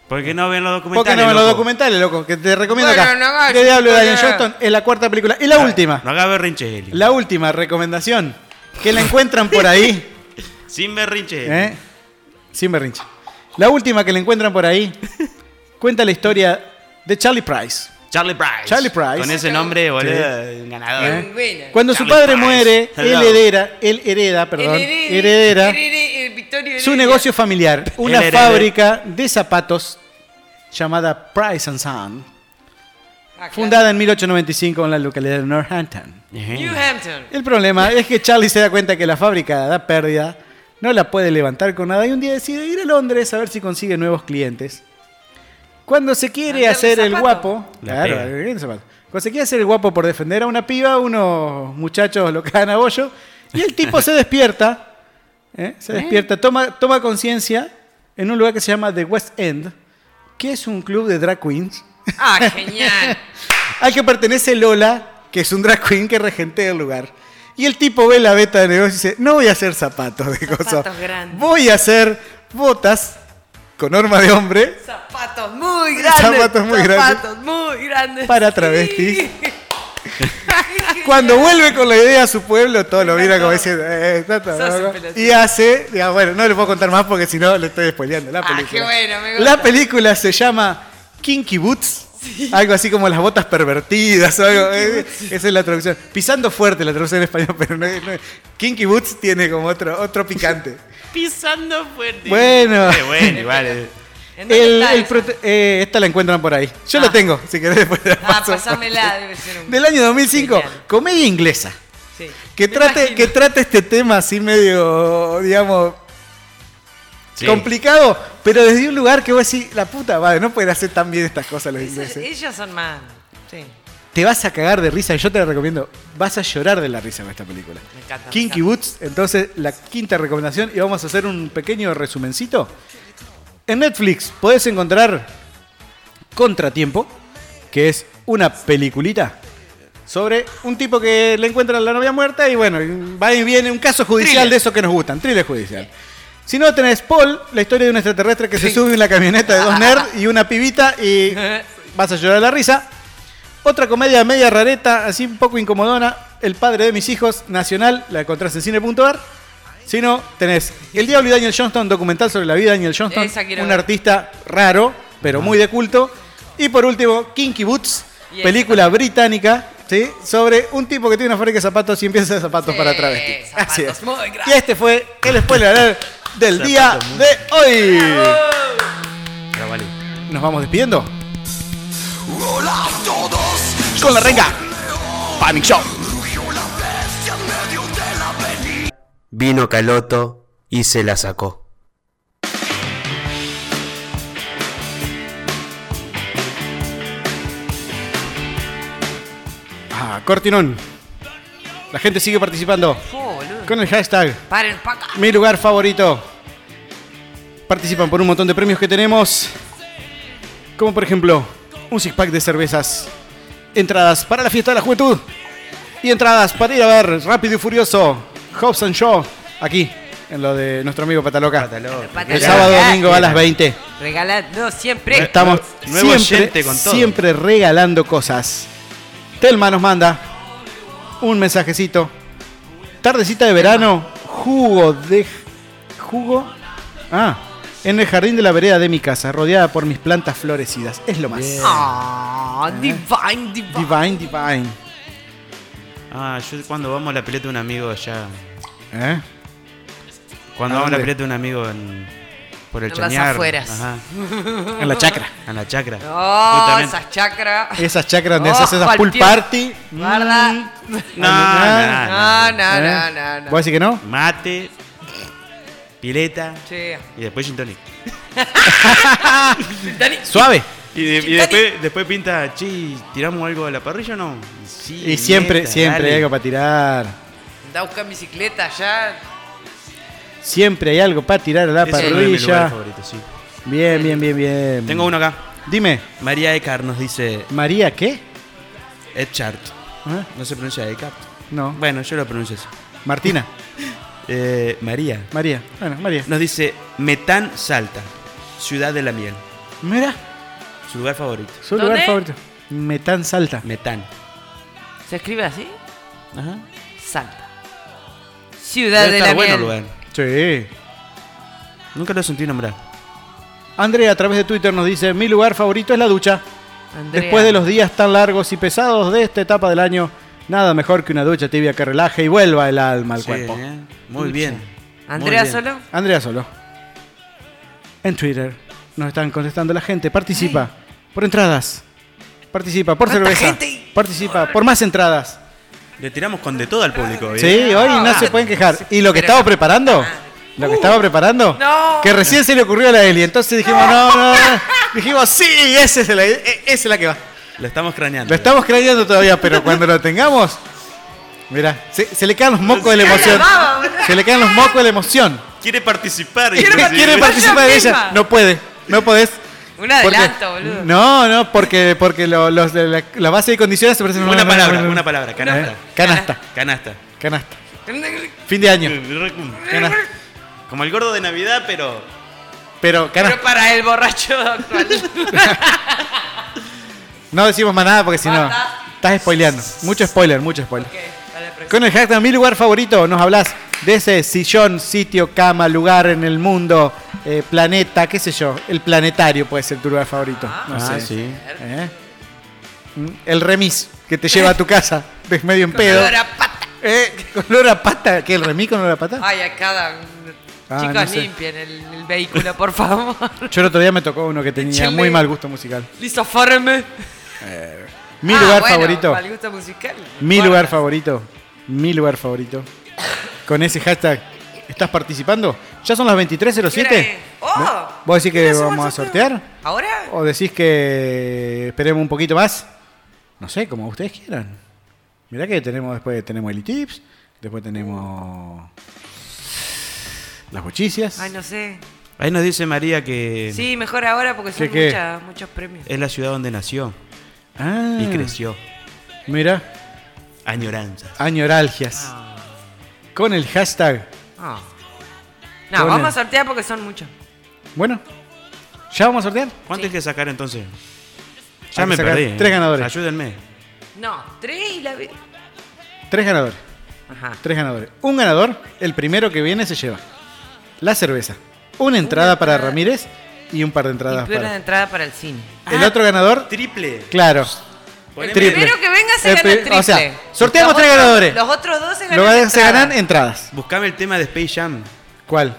¿Por qué no ven los ¿Por documentales? qué no ven los loco? documentales, loco? Que te recomiendo Bueno, acá. no hagas The Diablo de Daniel spoiler. Johnston es la cuarta película. Y la última. No haga berrinches, Eli. La última recomendación. Que la encuentran por ahí. Sin berrinches. ¿eh? Sin berrinche. La última que la encuentran por ahí. Cuenta la historia de Charlie Price. Charlie Price. Charlie Price. Con ese nombre, boludo, Sí. un ganador. ¿Eh? Buena. Cuando Charlie su padre Price. muere, él Hello. hereda, él hereda, perdón, Heredera- heredera Heredera- Victorio su Heredia. negocio familiar, una Él hereda. fábrica de zapatos llamada Price and Son, Ah, claro. fundada en mil ochocientos noventa y cinco en la localidad de Northampton. New Hampton. El problema es que Charlie se da cuenta que la fábrica da pérdida, no la puede levantar con nada y un día decide ir a Londres a ver si consigue nuevos clientes. Cuando se quiere Venderle hacer el zapato. guapo, La claro, pega. vende zapato. Cuando se quiere hacer el guapo por defender a una piba, unos muchachos lo cagan a bollo y el tipo se despierta, ¿eh? se despierta, toma, toma conciencia en un lugar que se llama The West End, que es un club de drag queens. Ah, genial. Al que pertenece Lola, que es un drag queen que regentea el lugar. Y el tipo ve la beta de negocio y dice, no voy a hacer zapatos de Zapatos cosas. grandes. Voy a hacer botas con horma de hombre Zapatos muy grandes. Zapatos muy grandes. Zapatos muy grandes. para travestis. Cuando vuelve con la idea a su pueblo, todo lo mira como diciendo, eh, está todo Sos un loco. pelotudo. Y hace, digamos, bueno, no le puedo contar más porque si no le estoy spoileando la Ah, película. qué bueno, me gusta. La película se llama Kinky Boots. Algo así como las botas pervertidas o algo. eh, Esa es la traducción. Pisando fuerte la traducción en español, pero no, no- Kinky Boots tiene como otro, otro picante. Pisando fuerte. Bueno. Eh, bueno, igual. eh. ¿En dónde El- está el esa? prote- eh, esta la encuentran por ahí. Yo la Ah. tengo, si querés después te la Ah, paso. pasámela, debe ser un... Del año dos mil cinco, Genial. comedia inglesa. Sí. Que Me trate, imagino. que trate este tema así medio, digamos, Sí. complicado, pero desde un lugar que vos decís, la puta madre, no pueden hacer tan bien estas cosas los Esos- ingleses. ellos son más... Sí. Te vas a cagar de risa, y yo te la recomiendo. Vas a llorar de la risa con esta película. Me encanta. me Kinky encanta. Boots, entonces la quinta recomendación, y vamos a hacer un pequeño resumencito. En Netflix podés encontrar Contratiempo, que es una peliculita sobre un tipo que le encuentra a la novia muerta y bueno, va y viene un caso judicial Thriller. de esos que nos gustan, thriller judicial. Si no, tenés Paul, la historia de un extraterrestre que se Sí. sube en la camioneta de dos nerds y una pibita y vas a llorar de la risa. Otra comedia media rareta, así un poco incomodona, El padre de mis hijos, nacional, la encontrás en cine punto ar. Si no, tenés El Diablo y Daniel Johnston, documental sobre la vida de Daniel Johnston, Esa quiero un ver. artista raro, pero muy de culto. Y por último, Kinky Boots, Y esa película británica, ¿sí? Sobre un tipo que tiene una fábrica de zapatos y empieza a hacer zapatos Sí, para travestis. zapatos Así es. muy grandes. Y este fue el spoiler alert del día Zapatos muy- de hoy. Pero vale. Nos vamos despidiendo. Con la renga. Panic Show. Vino Caloto y se la sacó. Ah, Cortinón. La gente sigue participando Oh, boludo. con el hashtag Paren pa' acá. Mi lugar favorito. Participan por un montón de premios que tenemos. Como por ejemplo, un six pack de cervezas. Entradas para la fiesta de la juventud. Y entradas para ir a ver Rápido y Furioso, Hobbs and Shaw, aquí, en lo de nuestro amigo Pataloca. Pataloca. El sábado domingo a las veinte. Regalando siempre. Estamos Nuevo siempre, oyente con todo. siempre regalando cosas. Telma nos manda un mensajecito. Tardecita de verano, jugo de... ¿Jugo? Ah, en el jardín de la vereda de mi casa, rodeada por mis plantas florecidas. Es lo más. Ah, divine, divine. Divine, divine. Ah, yo cuando vamos a la pileta de un amigo allá. ¿Eh? Cuando ¿A vamos a la dónde? pileta de un amigo en, por el En las Chañar. afueras. Ajá. En la chacra. En la chacra. Oh, Justamente. esas chacras. Esas chacras donde se hace Ojo esas al pool pie. party. Guarda. Mm. No, No, no, no, ¿Eh? no, no, no. ¿Vos decís que no? Mate, pileta Sí. y después gin tonic. Dani, Suave. Y, de- y Gin después, después pinta, che, ¿tiramos algo a la parrilla o no? Sí, Y siempre, neta, siempre dale. hay algo para tirar. anda a buscar bicicleta allá. Siempre hay algo para tirar a la Ese es uno de mis parrilla. lugares favoritos, sí. Bien, bien, bien, bien. Tengo uno acá. Dime, María Eckhart nos dice María, ¿qué? Eckhart. ¿Eh? No se pronuncia Eckhart. No. Bueno, yo lo pronuncio así. Martina. Eh, María María. Bueno, María. nos dice Metán Salta, ciudad de la miel. Mira, Su lugar favorito. su ¿Dónde? lugar favorito. Metán Salta. Metán. ¿Se escribe así? Ajá. Salta. Ciudad Debe de estar la bueno el miel. lugar. Sí. Nunca lo sentí nombrar. Andrea a través de Twitter nos dice, mi lugar favorito es la ducha. Andrea. Después de los días tan largos y pesados de esta etapa del año, nada mejor que una ducha tibia que relaje y vuelva el alma al Sí, cuerpo. ¿eh? Muy Ducha. bien. ¿Andrea Muy bien. solo? Andrea Solo. En Twitter nos están contestando la gente. Participa por entradas. Participa por ¿Cuánta cerveza. gente? Participa por más entradas. Le tiramos con de todo al público. ¿eh? Sí, hoy no Ah, se pueden quejar. Y lo que pero estaba no. preparando, lo que estaba preparando, No. que recién se le ocurrió a la Eli. Entonces dijimos, no, no, no. Dijimos, sí, esa es la, e- esa es la que va. Lo estamos craneando. Lo estamos craneando todavía, pero cuando lo tengamos, mira, se, se le caen los mocos de la emoción. baba, boludo. Se le caen los mocos de la emoción. Quiere participar. Quiere inclusive. Quiere Vaya participar de ella. misma. No puede, no podés. Un Porque- adelanto, boludo. No, no, porque, porque lo- los de la, la base de condiciones se parecen a Una palabra, una palabra. Canasta. Eh, Canasta, Canasta. canasta. Fin de año. Canasta. Como el gordo de Navidad, pero. Pero canasta. Pero para el borracho actual. No decimos más nada porque si no, Basta. estás spoileando. Mucho spoiler, mucho spoiler. Ok, dale, próximo. Con el hashtag mi lugar favorito nos hablas de ese sillón, sitio, cama, lugar en el mundo, eh, planeta, qué sé yo. El planetario puede ser tu lugar favorito. No Ah, sé. sí. ¿Eh? Mm, El remis que te lleva a tu casa, ves medio en pedo. Olor a pata. Eh, ¿Con olor a pata? ¿Qué, el remis con olor a pata? Ay, a cada. Ah, Chicos, no sé. limpien el, el vehículo, por favor. Yo el otro día me tocó uno que tenía Échale. muy mal gusto musical. Listo, fórreme. Mi Ah, lugar bueno, favorito. Mal gusto musical. Mi Guarda. lugar favorito. Mi lugar favorito. Con ese hashtag, ¿estás participando? ¿Ya son las veintitrés cero ¿Qué hora siete? es? ¡Oh! ¿Vos decís ¿Qué que hacemos vamos a nosotros? sortear? ¿Ahora? ¿O decís que esperemos un poquito más? No sé, como ustedes quieran. Mirá que tenemos después tenemos el tips, después tenemos las bochicias. Ay, no sé. Ahí nos dice María que Sí, mejor ahora porque son ¿Qué, qué? muchas- muchos premios. es la ciudad donde nació Ah, y creció. Mira, Añoranza. añoralgias. Ah. Con el hashtag. Ah. No, Con vamos el- a sortear porque son muchos. Bueno, ¿ya vamos a sortear? ¿Cuánto hay que sacar entonces? Hay Ya que me sacar perdí. ¿eh? tres ganadores. Ayúdenme. No, tres y la. vi- Tres ganadores. Ajá. Tres ganadores. Un ganador, el primero que viene se lleva la cerveza, una entrada para entrada. Ramírez y un par de Y entradas una para. entrada para el cine. El otro ganador, Triple. claro. El Triple. primero que venga se El gana pri- el triple. o sea, sorteamos Los tres otros- ganadores. Los otros dos se ganan. Luego se entrada. ganan entradas. Buscame el tema de Space Jam. ¿Cuál?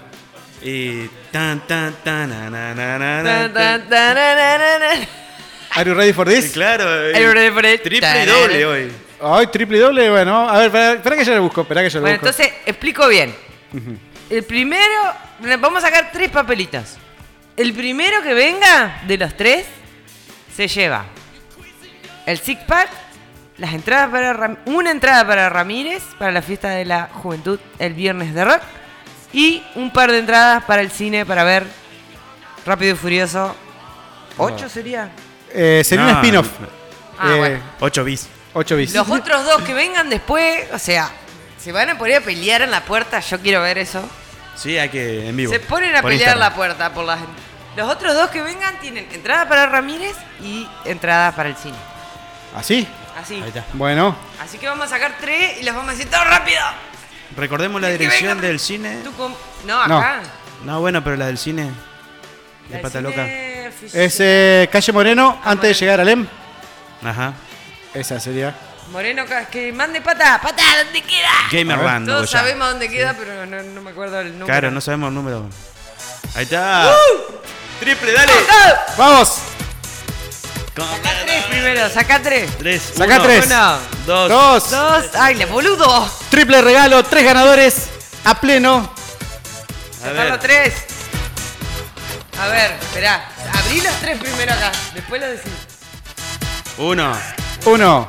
Y tan tan tan na, na, na, na, Tan, na, tan, tan, na, na, na, na. ¿Are you ready for Sí, this? claro. eh, Are you ready for it? Triple y Tarara. doble hoy. Ay, triple y doble, bueno. A ver, espera, espera que yo lo busco, espera que yo lo Bueno, busco. entonces explico bien. El primero, vamos a sacar tres papelitos. El primero que venga de los tres se lleva el six pack, las entradas para Ram- una entrada para Ramírez para la fiesta de la juventud el viernes de rock y un par de entradas para el cine para ver Rápido y Furioso ocho sería. Eh, sería No, un spin-off. Ah, Eh, bueno. ocho bis. ocho bis. Los otros dos que vengan después, o sea, se van a poner a pelear en la puerta, yo quiero ver eso. Sí, hay que en vivo. Se ponen a Por pelear en la Instagram. puerta por las. Los otros dos que vengan tienen entrada para Ramírez y entrada para el cine. ¿Así? Así. Ahí está. Bueno. Así que vamos a sacar tres y los vamos a decir todo rápido. Recordemos la Que dirección venga- del cine. Tú com- no, acá. No, bueno, pero la del cine. La De del pata cine loca. oficial. Es eh, Calle Moreno, antes de llegar al E M. Ajá. Esa sería. Moreno, ca- que mande pata. ¡Pata! ¿Dónde queda? Gamerland. Todos Goya. sabemos dónde queda, pero no, no me acuerdo el número. Claro, no sabemos el número. Ahí está. Triple, dale. ¡Vamos! Saca tres primero, saca tres. Tres. Saca uno, tres. Uno, Dos. Dos. dos. ¡Ay, le boludo! Triple regalo, tres ganadores a pleno. A Sacar los ver. tres. A ver, esperá. Abrí los tres primero acá. Después lo decís. Uno. Uno.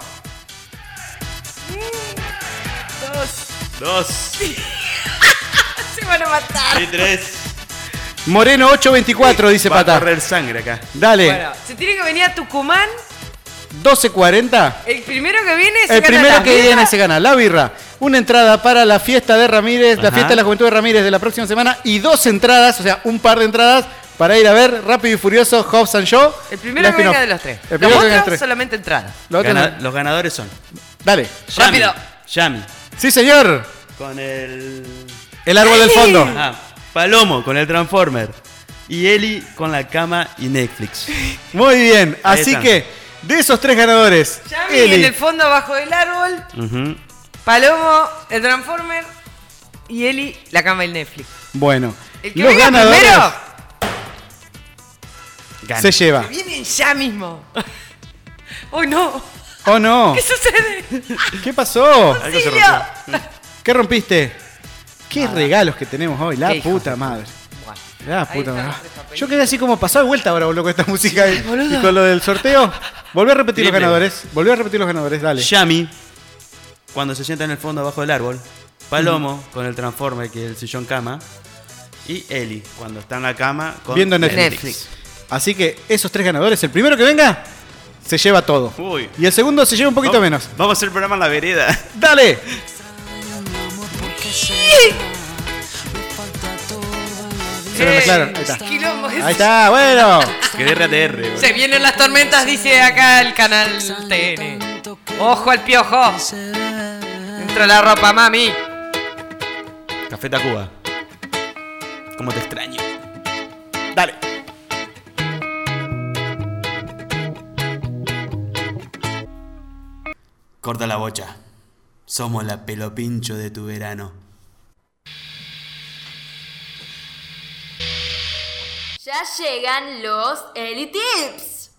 Dos. Dos. Se van a matar. Y tres. Moreno ocho veinticuatro, dice Va a Pata. correr sangre acá. Dale. Bueno, se tiene que venir a Tucumán. doce cuarenta. El primero que viene se El gana primero las que birras. viene se gana la birra, una entrada para la fiesta de Ramírez, la Ajá. fiesta de la juventud de Ramírez de la próxima semana y dos entradas, o sea, un par de entradas para ir a ver Rápido y Furioso, Hobbs and Shaw. El primero que venga de los tres. El los primero que venga de los otros tres. solamente entradas. Los, otros Gana- no. los ganadores son Dale. Yami, Rápido. Yami, Sí, señor. con el... El árbol del fondo. Ajá, Palomo con el Transformer. Y Eli con la cama y Netflix. Muy bien. Ahí Así están. que, de esos tres ganadores, Yami Eli, en el fondo abajo del árbol. Ujú. Palomo, el Transformer. Y Eli, la cama y el Netflix. bueno, El que los venga ganadores primero, Gana. se lleva. que vienen ya mismo. ¡Oh, no! ¿O no? ¿Qué sucede? ¿Qué pasó? Algo se ¡Auxilio! rompió. ¿Qué rompiste? ¿Qué regalos que tenemos hoy? La Qué hijos puta de- madre. Bueno, La ahí puta están madre. los tres papeles. Yo quedé así como pasado de vuelta ahora, boludo, con esta música y, boludo. y con lo del sorteo. Volví a repetir los Triple. ganadores. Volví a repetir los ganadores, dale. Yami, cuando se sienta en el fondo abajo del árbol. Palomo, con el Transformer, que es el sillón cama. Y Eli, cuando está en la cama, con Viendo Netflix. Así que esos tres ganadores, el primero que venga, se lleva todo. Uy. Y el segundo se lleva un poquito Vamos- menos. Vamos a hacer el programa en la vereda. ¡Dale! Se lo mezclaron. Ahí está. Quilombo, Ahí está, bueno. Que de R A T R, boludo. Se vienen las tormentas, dice acá el canal T N. ¡Ojo al piojo! Entra la ropa, mami. Café Tacuba. ¿Cómo te extraño? Dale. Corta la bocha. Somos la pelopincho de tu verano. Ya llegan los Eli Tips.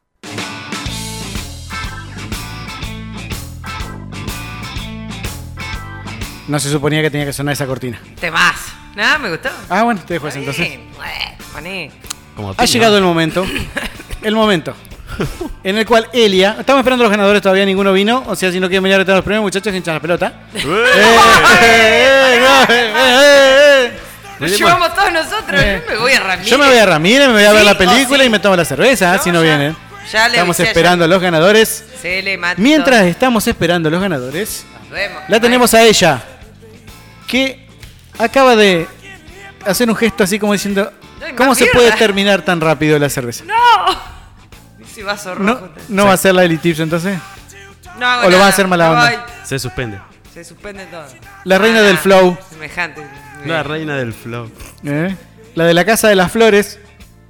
No se suponía que tenía que sonar esa cortina. Te vas. Nada, me gustó. Ah, bueno, te dejo eso Está entonces. bien, bueno, poné. Como Ha Pino. llegado el momento. El momento. En el cual Elia. Estamos esperando a los ganadores, todavía ninguno vino. O sea, si no quieren venir a retar los premios, muchachos, hinchan la pelota. ¡Eh! ¡Eh, eh, eh, eh, eh! Nos llevamos todos nosotros. Eh. Yo me voy a Ramírez. Yo me voy a Ramírez, me voy a ver Sí la o película sí. y me tomo la cerveza, No, si no ya- vienen. Ya le Estamos avisé a esperando a los ganadores. Se le mató. Mientras estamos esperando a los ganadores, Nos vemos. la tenemos a ella, que acaba de hacer un gesto así como diciendo, No hay ¿cómo más se mierda. puede terminar tan rápido la cerveza? ¡No! Ese vaso rojo. ¿No, no va a ser la Eli Tips entonces? No hago ¿O lo nada. va a hacer mala Me onda? voy. Se suspende. Se suspende todo. La reina Ah, del flow, Semejante. La reina del flow. ¿eh? La de la Casa de las Flores,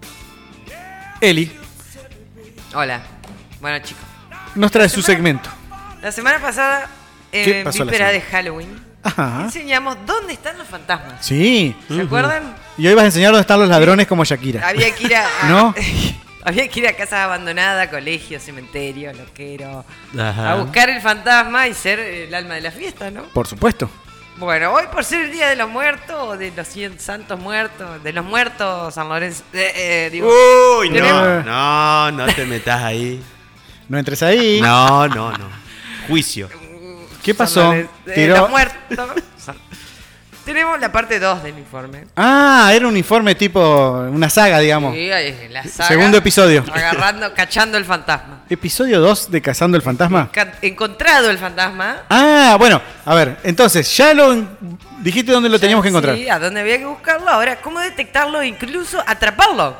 Eli, Hola. Bueno, chicos. nos trae su segmento. La semana pasada, ¿Qué en pasó la víspera de semana? Halloween, Ajá. enseñamos dónde están los fantasmas. Sí. ¿Se acuerdan? Y hoy vas a enseñar dónde están los ladrones como Shakira. Había que ir a, a- ¿No? había que ir a casas abandonadas, colegios, cementerios, loqueros, Ajá. a buscar el fantasma y ser el alma de la fiesta, ¿no? Por supuesto. Bueno, hoy por ser el Día de los Muertos, o de los cien santos muertos, de los muertos San Lorenzo, eh, eh, digo, Uy, tenemos- no, no, no te metas ahí. No entres ahí. No, no, no. Juicio. ¿Qué San pasó? Lorenzo, eh, Tiró- los muertos. Tenemos la parte dos del informe. Ah, era un informe tipo una saga, digamos. Sí, ahí, la saga, Segundo episodio. Agarrando, cachando el fantasma. Episodio dos de Cazando el Fantasma. Ca- Encontrado el fantasma. Ah, bueno, a ver, entonces, ya lo en- dijiste dónde lo teníamos que encontrar. Sí, a dónde había que buscarlo. Ahora, ¿cómo detectarlo e incluso atraparlo?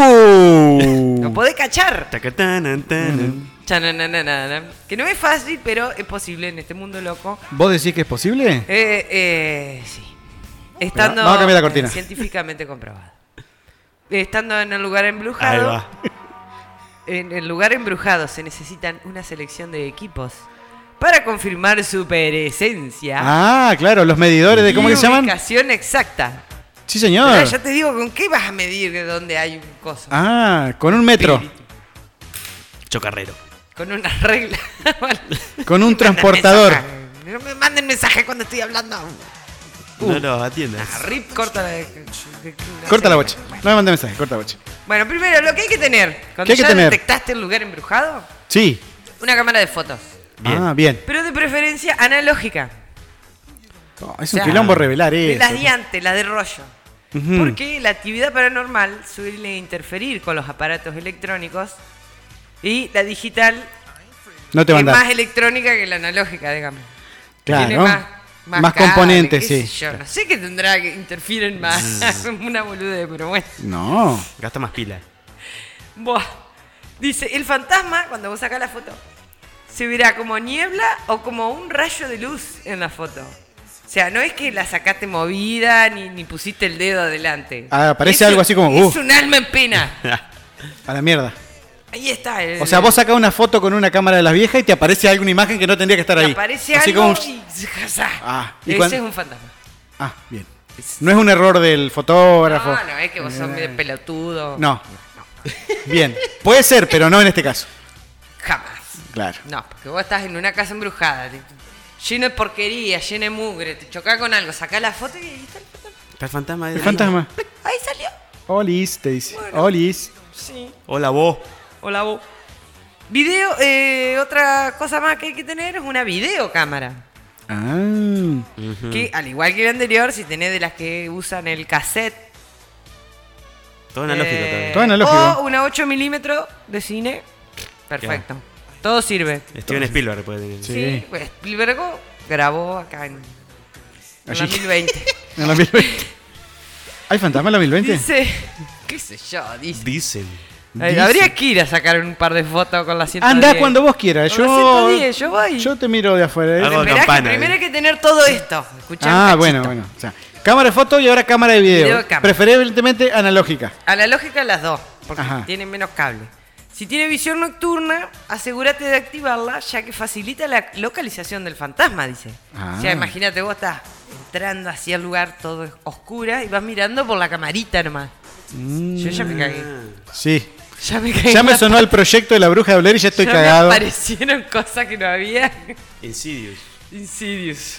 Uh. Lo podés cachar. Tacatanan, tanan. Chanananana. Que no es fácil, pero es posible en este mundo loco. ¿Vos decís que es posible? Eh, eh, sí. Estando vamos a cambiar la cortina. eh, científicamente comprobado. Estando en el lugar Ahí embrujado, va. en el lugar embrujado se necesitan una selección de equipos para confirmar su presencia. Ah, claro, los medidores de cómo y que se llaman. ubicación exacta. Sí, señor. Ahora ya te digo, ¿con qué vas a medir de dónde hay un coso? Ah, con un metro. Chocarrero. Con una regla. Con un Manden transportador. mensaje. No me manden mensaje cuando estoy hablando. No lo atiendas. Ah, Rip, corta la... Corta la bocha. No me mandé mensaje, corta la bocha. Bueno, primero, lo que hay que tener. Cuando ¿Qué hay que ya tener? detectaste el lugar embrujado, Sí. una cámara de fotos. Bien. Ah, bien. Pero de preferencia analógica. Oh, es O un sea, quilombo revelar De eso. las de antes, las de rollo. Ujú. Porque la actividad paranormal suele interferir con los aparatos electrónicos y la digital No te es mandas. más electrónica que la analógica, digamos. Claro. Tiene más Más, Más cable, componentes, qué sí. sé yo, no sé que tendrá que interfieren más. Una boludez, pero bueno. No. Gasta más pila. Buah. Dice, el fantasma, cuando vos sacás la foto, se verá como niebla o como un rayo de luz en la foto. O sea, no es que la sacaste movida ni, ni pusiste el dedo adelante. Ah, parece Es algo un- así como, Es uh. un alma en pena. A la mierda. Ahí está. El, O sea, vos sacás una foto con una cámara de las viejas y te aparece alguna imagen que no tendría que estar te ahí. aparece Así algo como un- y... ¡zas! Ah, ¿y Ese cuán- es un fantasma. Ah, bien. No es un error del fotógrafo. No, no, es que vos sos medio pelotudo. No. Bien. Puede ser, pero no en este caso. Jamás. Claro. No, porque vos estás en una casa embrujada, te- lleno de porquería, lleno de mugre, te chocás con algo, sacás la foto y ahí está el fantasma. Está el fantasma ahí. El fantasma. Ahí salió. Olis, te dice. Olis. Sí. Hola vos. Hola vos. Video, eh, otra cosa más que hay que tener es una videocámara. Ah. Que al igual que el anterior, si tenés de las que usan el cassette. Todo analógico eh, también. Todo analógico. O una ocho milímetros de cine. Perfecto. Todo sirve. Steven Spielberg puede tener. Sí, pues Spielberg grabó acá en, en Allí. la mil veinte. En la mil veinte. ¿Hay fantasma en la mil veinte? Dice, qué sé yo, dice. Dicen. Ay, Dice. habría que ir a sacar un par de fotos con la ciento diez. Andá cuando vos quieras. Con la Yo, ciento diez, yo voy. yo te miro de afuera. ¿eh? Hago Esperá que campana, primero eh. hay que tener todo esto. Escuchá un Ah, cachito. bueno, bueno. O sea, cámara de foto y ahora cámara de video. Videocámara. Preferiblemente analógica. A la lógica las dos, porque Ajá. tienen menos cable. Si tiene visión nocturna, asegúrate de activarla, ya que facilita la localización del fantasma, dice. Ah. O sea, imagínate, vos estás entrando hacia el lugar todo oscura y vas mirando por la camarita nomás. Yo ya me cagué. Sí. Ya me cagué. Ya me sonó el proyecto de la bruja de Blair y ya estoy Ya cagado. me aparecieron cosas que no había. Insidious. Insidious.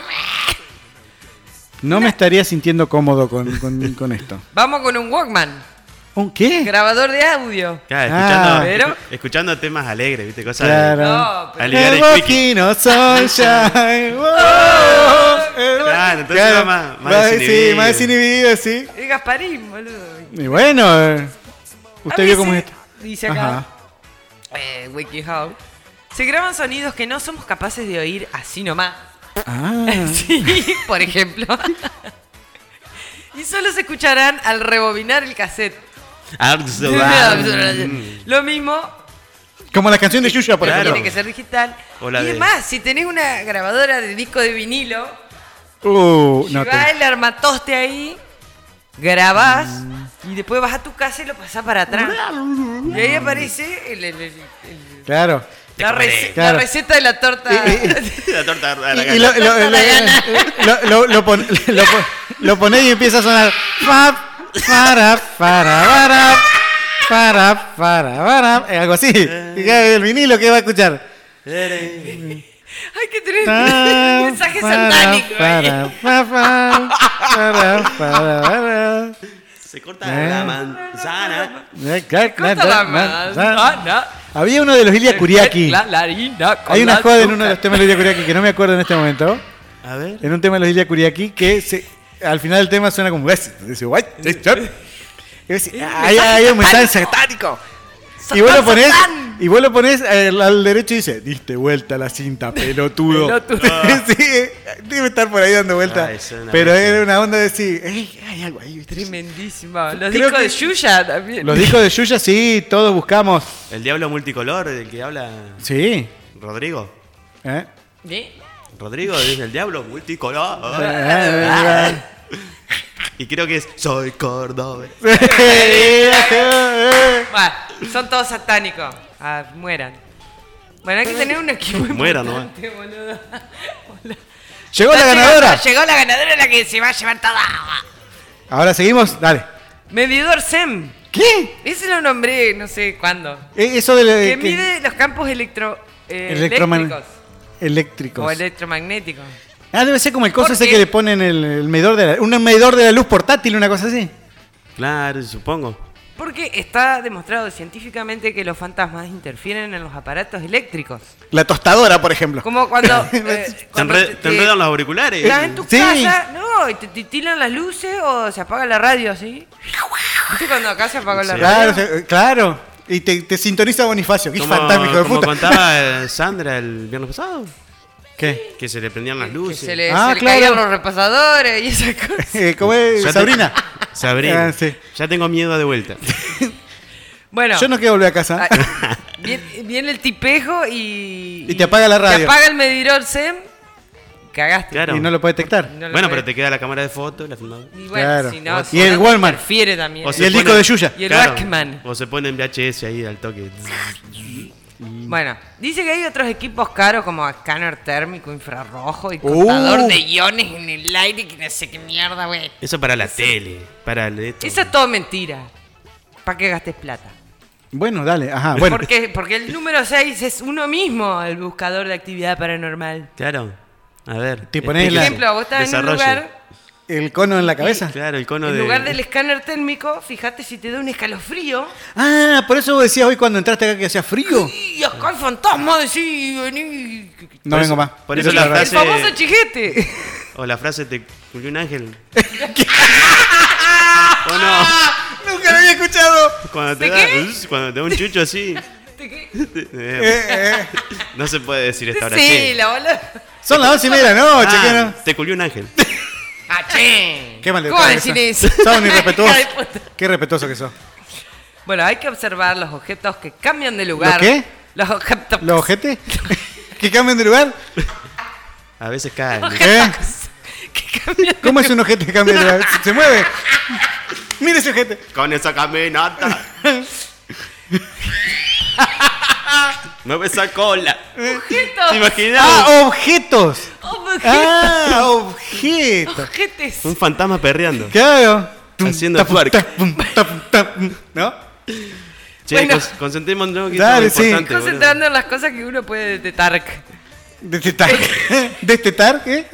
No me estaría sintiendo cómodo con, con, con esto. Vamos con un Walkman. ¿Un qué? Grabador de audio. Claro, Ah. escuchando, Pero- escu- escuchando temas alegres, ¿viste? Cosas Claro. de. No, pero- Aliviar El el quickie. walking on sunshine. Wow. Claro, entonces Claro. va más- más Va- desinhibido. Sí, más desinhibido, sí. Es Gasparín, boludo. Y bueno, eh, usted A vio cómo es veces, esto. Dice acá. Ajá. Eh, WikiHow. Se graban sonidos que no somos capaces de oír así nomás. Ah. Sí, por ejemplo. Y solo se escucharán al rebobinar el cassette. Lo mismo, Como la canción de Yuya, por Claro. ejemplo. tiene que ser digital. O la y de- además, si tenés una grabadora de disco de vinilo, Uh, no llevás te... el armatoste ahí, grabás y después vas a tu casa y lo pasás para atrás. Y ahí aparece el- el- el- el- Claro. la, rece- Claro. la receta de la torta. La torta a la Y, y lo, lo, lo, lo, lo, lo pon- lo pon- lo ponés y empieza a sonar. Fa, para, para, para, para, para, para. Eh, Algo así. Y el vinilo que va a escuchar. Hay que tener Ta, un mensaje para, satánico. para, ahí. pa, pa, para, para, para. Se corta la manzana. Corta la manzana. Había uno de los Ilia Kuriaki. La, la harina con Hay una la joda en azúcar. uno de los temas de los Ilia Kuriaki que no me acuerdo en este momento. A ver. En un tema de los Ilia Kuriaki que se, al final del tema suena como. Dice, "What? Y dice, Hay, hay un mensaje satánico. Y vos lo ponés, y vos lo ponés al, al derecho y dice, diste vuelta la cinta, pelotudo. Pelotudo. Sí, debe estar por ahí dando vuelta. Ah, eso es una Pero bestia. era una onda de decir, "Ey, hay algo ahí, ¿viste?". Tremendísimo. Los Creo discos que- de Yuya también. Los discos de Yuya, sí, todos buscamos. El diablo multicolor del que habla Sí. Rodrigo. ¿Eh? ¿Sí? Rodrigo es el diablo multicolor. Ah, Y creo que es Soy Córdoba. Bueno, son todos satánicos. Ah, mueran. Bueno, hay que tener un equipo Mueran, importante, boludo. Llegó la Está ganadora. llegando- Llegó la ganadora, la que se va a llevar toda. Ahora seguimos, dale. Medidor SEM. ¿Qué? Ese lo nombré no sé cuándo. Eh, Eso de la- Que que- mide los campos electro, eh, Electroman- eléctricos eléctricos. o electromagnéticos. Ah, debe ser como el coso ¿Por ese qué? que le ponen el, el medidor de la, un medidor de la luz portátil, una cosa así. Claro, supongo. Porque está demostrado científicamente que los fantasmas interfieren en los aparatos eléctricos. La tostadora, por ejemplo. Como cuando, eh, Te, cuando enre- te- te enredan los auriculares. estás en tu Sí. casa, no, y te titilan las luces o se apaga la radio así. ¿Viste cuando acá se apagó la Sí. Claro, radio? se- claro. Y te, te sintoniza Bonifacio, que es Como, fantástico de como puta. contaba eh, Sandra el viernes pasado. ¿Qué? Que se le prendían las luces. Que se le, Ah, se le claro. caían los repasadores y esas cosas. Eh, ¿Cómo es? Ya te- Sabrina. Sabrina. Ah, sí. Ya tengo miedo de vuelta. Bueno, Yo no quiero volver a casa. ah, viene, viene el tipejo y. Y te apaga la radio. Te apaga el medidor SEM. Cagaste. Claro. Y no lo puede detectar. No lo Bueno, puede- pero te queda la cámara de foto, la filmada. Y bueno, Claro. si no, Y si el no, Walkman. interfiere también. O Y se el pone- disco de Yuya. Y el Claro. Walkman. O se pone en V H S ahí al toque. Bueno, dice que hay otros equipos caros como escáner térmico, infrarrojo y contador Uh. de iones en el aire que no sé qué mierda, güey. Eso para la tele. Para el esto. Eso es todo mentira. ¿Para qué gastes plata? Bueno, dale. Ajá, bueno. Porque, porque el número seis es uno mismo, el buscador de actividad paranormal. Claro. A ver. Te ponés Por la- ejemplo, vos estás en un Desarrolle. lugar, El cono en la cabeza. Claro, el cono en de. lugar del escáner térmico, fíjate si te da un escalofrío. Ah, por eso vos decías hoy cuando entraste acá que hacía frío. Y acá hay fantasma, decís, vení. No Por vengo eso- más. por eso Eso la es verdad. El frase- famoso chijete. O la frase te culió un ángel. ¿O no? Nunca lo había escuchado. Cuando te ¿De da, qué? uh, cuando te da un chucho así. ¿De qué? Eh, No se puede decir esta hora. Sí, che. la bola. Son las once y media de la noche. Ah, ¿qué no? te culió un ángel. ¡Achén! Qué mal ¿Cómo decir eso? Sos un irrespetuoso. Hija de puta. Qué respetuoso que sos. Bueno, hay que observar los objetos que cambian de lugar. ¿Lo qué? Los objetos. ¿Los ojetes? ¿Que cambian de lugar? A veces cae. ¿Eh? que cambian de ¿Cómo es un ojete que cambia de lugar? ¿Se, se mueve? Mire ese ojete. Con esa caminata. Mueve esa cola. objetos. ¿Te imaginas? Ah, objetos. Objetos. Ah, objetos. Ojetes. Un fantasma perreando. Claro. Haciendo Tapum, twerk. tapum, tapum, tapum. ¿No? Che, Bueno. cons- concentrémonos que Dale, esto es sí. importante, boludo. Concentrando en las cosas que uno puede detectar. ¿Destetar? ¿Destetar? ¿Qué?